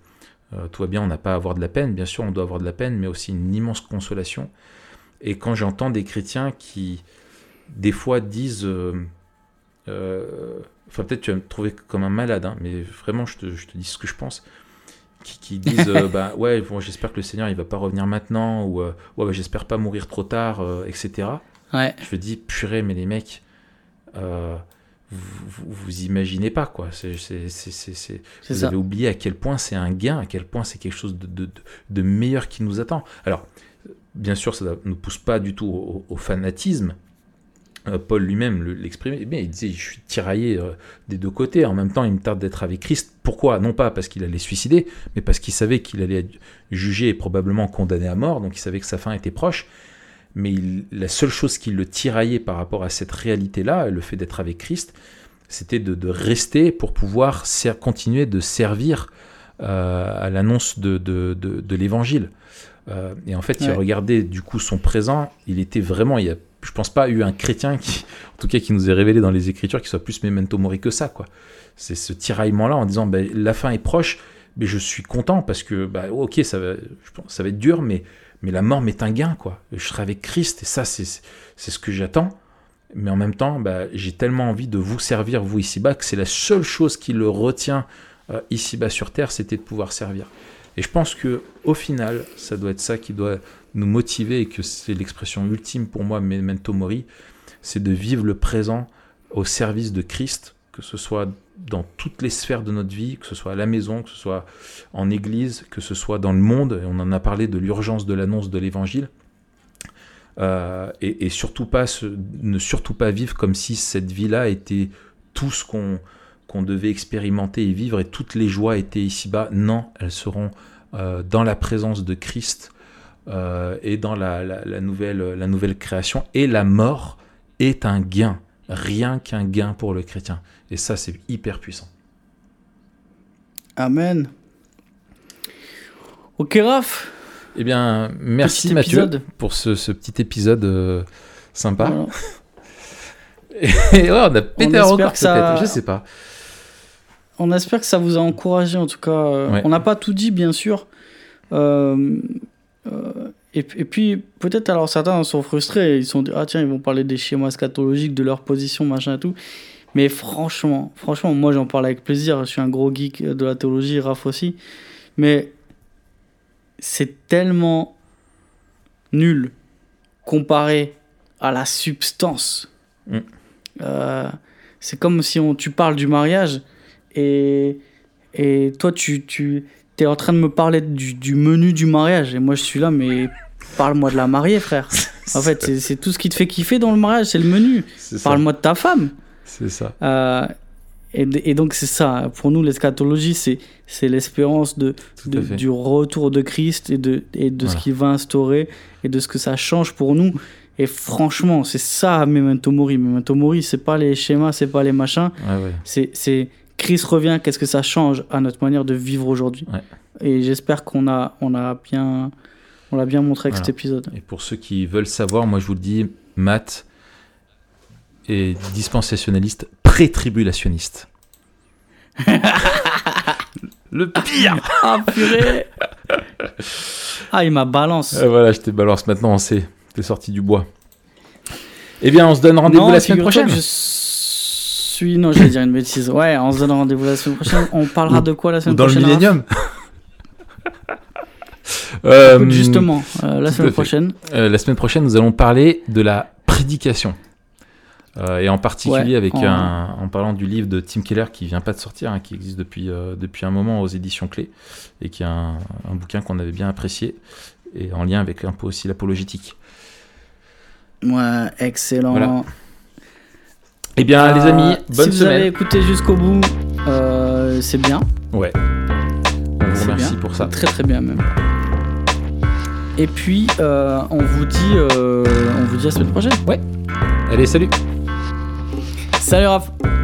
Euh, tout va bien, on n'a pas à avoir de la peine. Bien sûr, on doit avoir de la peine, mais aussi une immense consolation. Et quand j'entends des chrétiens qui, des fois, disent... Euh, euh, enfin, peut-être tu vas me trouver comme un malade, hein, mais vraiment, je te, je te dis ce que je pense. Qui, qui disent euh, bah ouais bon, j'espère que le Seigneur il va pas revenir maintenant, ou euh, ouais bah, j'espère pas mourir trop tard, euh, etc. Ouais. Je me dis purée, mais les mecs, euh, vous, vous, vous imaginez pas quoi, c'est, c'est, c'est, c'est, c'est... C'est vous ça. avez oublié à quel point c'est un gain, à quel point c'est quelque chose de, de, de, de meilleur qui nous attend. Alors bien sûr ça ne nous pousse pas du tout au, au fanatisme. Euh, Paul lui-même le, l'exprimait, mais il disait je suis tiraillé euh, des deux côtés, en même temps il me tarde d'être avec Christ. Pourquoi ? Non pas parce qu'il allait suicider, mais parce qu'il savait qu'il allait être jugé et probablement condamné à mort, donc il savait que sa fin était proche. Mais il, la seule chose qui le tiraillait par rapport à cette réalité-là, le fait d'être avec Christ, c'était de, de rester pour pouvoir ser- continuer de servir euh, à l'annonce de, de, de, de l'évangile. Euh, et en fait, ouais. il regardait du coup son présent, il était vraiment... Il y a, je pense pas eu un chrétien qui, en tout cas, qui nous est révélé dans les Écritures, qui soit plus memento mori que ça, quoi. C'est ce tiraillement-là en disant, ben, la fin est proche, mais je suis content parce que, ben, ok, ça va, je pense, ça va être dur, mais, mais la mort m'est un gain, quoi. Je serai avec Christ et ça, c'est, c'est ce que j'attends. Mais en même temps, ben, j'ai tellement envie de vous servir, vous ici-bas, que c'est la seule chose qui le retient euh, ici-bas sur terre, c'était de pouvoir servir. Et je pense que au final, ça doit être ça qui doit nous motiver, et que c'est l'expression ultime pour moi, memento mori, c'est de vivre le présent au service de Christ, que ce soit dans toutes les sphères de notre vie, que ce soit à la maison, que ce soit en église, que ce soit dans le monde. Et on en a parlé de l'urgence de l'annonce de l'évangile. Euh, et, et surtout pas se, ne surtout pas vivre comme si cette vie-là était tout ce qu'on, qu'on devait expérimenter et vivre, et toutes les joies étaient ici-bas. Non, elles seront euh, dans la présence de Christ euh, et dans la, la, la, nouvelle, la nouvelle création. Et la mort est un gain, rien qu'un gain pour le chrétien. Et ça, c'est hyper puissant. Amen. Ok, Raph. Eh bien, merci petit Mathieu épisode. pour ce, ce petit épisode euh, sympa. Voilà. Et ouais, on a pété un record ça... peut-être, je sais pas. On espère que ça vous a encouragé en tout cas. Ouais. On n'a pas tout dit, bien sûr. Euh, euh, et, et puis, peut-être, alors certains sont frustrés. Ils se sont dit, ah tiens, ils vont parler des schémas scatologiques, de leur position, machin et tout. Mais franchement, franchement, moi j'en parle avec plaisir. Je suis un gros geek de la théologie, Raph aussi. Mais c'est tellement nul comparé à la substance. Mm. Euh, c'est comme si on, tu parles du mariage et, et toi tu, tu es en train de me parler du, du menu du mariage et moi je suis là, mais parle-moi de la mariée, frère. En fait, c'est, c'est tout ce qui te fait kiffer dans le mariage, c'est le menu. C'est parle-moi ça. de ta femme. C'est ça. Euh, et, et donc c'est ça, pour nous l'eschatologie, c'est, c'est l'espérance de, de, du retour de Christ et de, et de voilà. ce qu'il va instaurer et de ce que ça change pour nous. Et franchement, c'est ça memento mori. Memento mori, c'est pas les schémas, c'est pas les machins. Ouais, ouais. C'est, c'est Christ revient, qu'est-ce que ça change à notre manière de vivre aujourd'hui. Ouais. Et j'espère qu'on a, on a bien, on l'a bien montré avec voilà. cet épisode. Et pour ceux qui veulent savoir, moi je vous le dis, Matt est dispensationaliste pré-tribulationniste. Le pire. Ah purée. Ah, il m'a balance. Euh, voilà, je te balance maintenant, on sait. T'es sorti du bois. Eh bien, on se donne rendez-vous non, la semaine prochaine. Je suis... Non, je vais dire une bêtise. Ouais, on se donne rendez-vous la semaine prochaine. On parlera ou, de quoi la semaine dans prochaine? Dans le millénium. euh, Justement, euh, la semaine prochaine. Euh, la semaine prochaine, nous allons parler de la prédication. Euh, et en particulier ouais, avec en... Un, en parlant du livre de Tim Keller qui vient pas de sortir, hein, qui existe depuis, euh, depuis un moment aux éditions Clés, et qui est un, un bouquin qu'on avait bien apprécié, et en lien avec un peu aussi l'apologétique. Ouais, excellent. Voilà. Eh bien, euh, les amis, bonne si semaine. Si vous avez écouté jusqu'au bout, euh, c'est bien. Ouais. On vous c'est remercie bien. pour ça. Très très bien même. Et puis, euh, on vous dit, euh, on vous dit à la semaine prochaine. Ouais. Allez, salut. Salut Raph.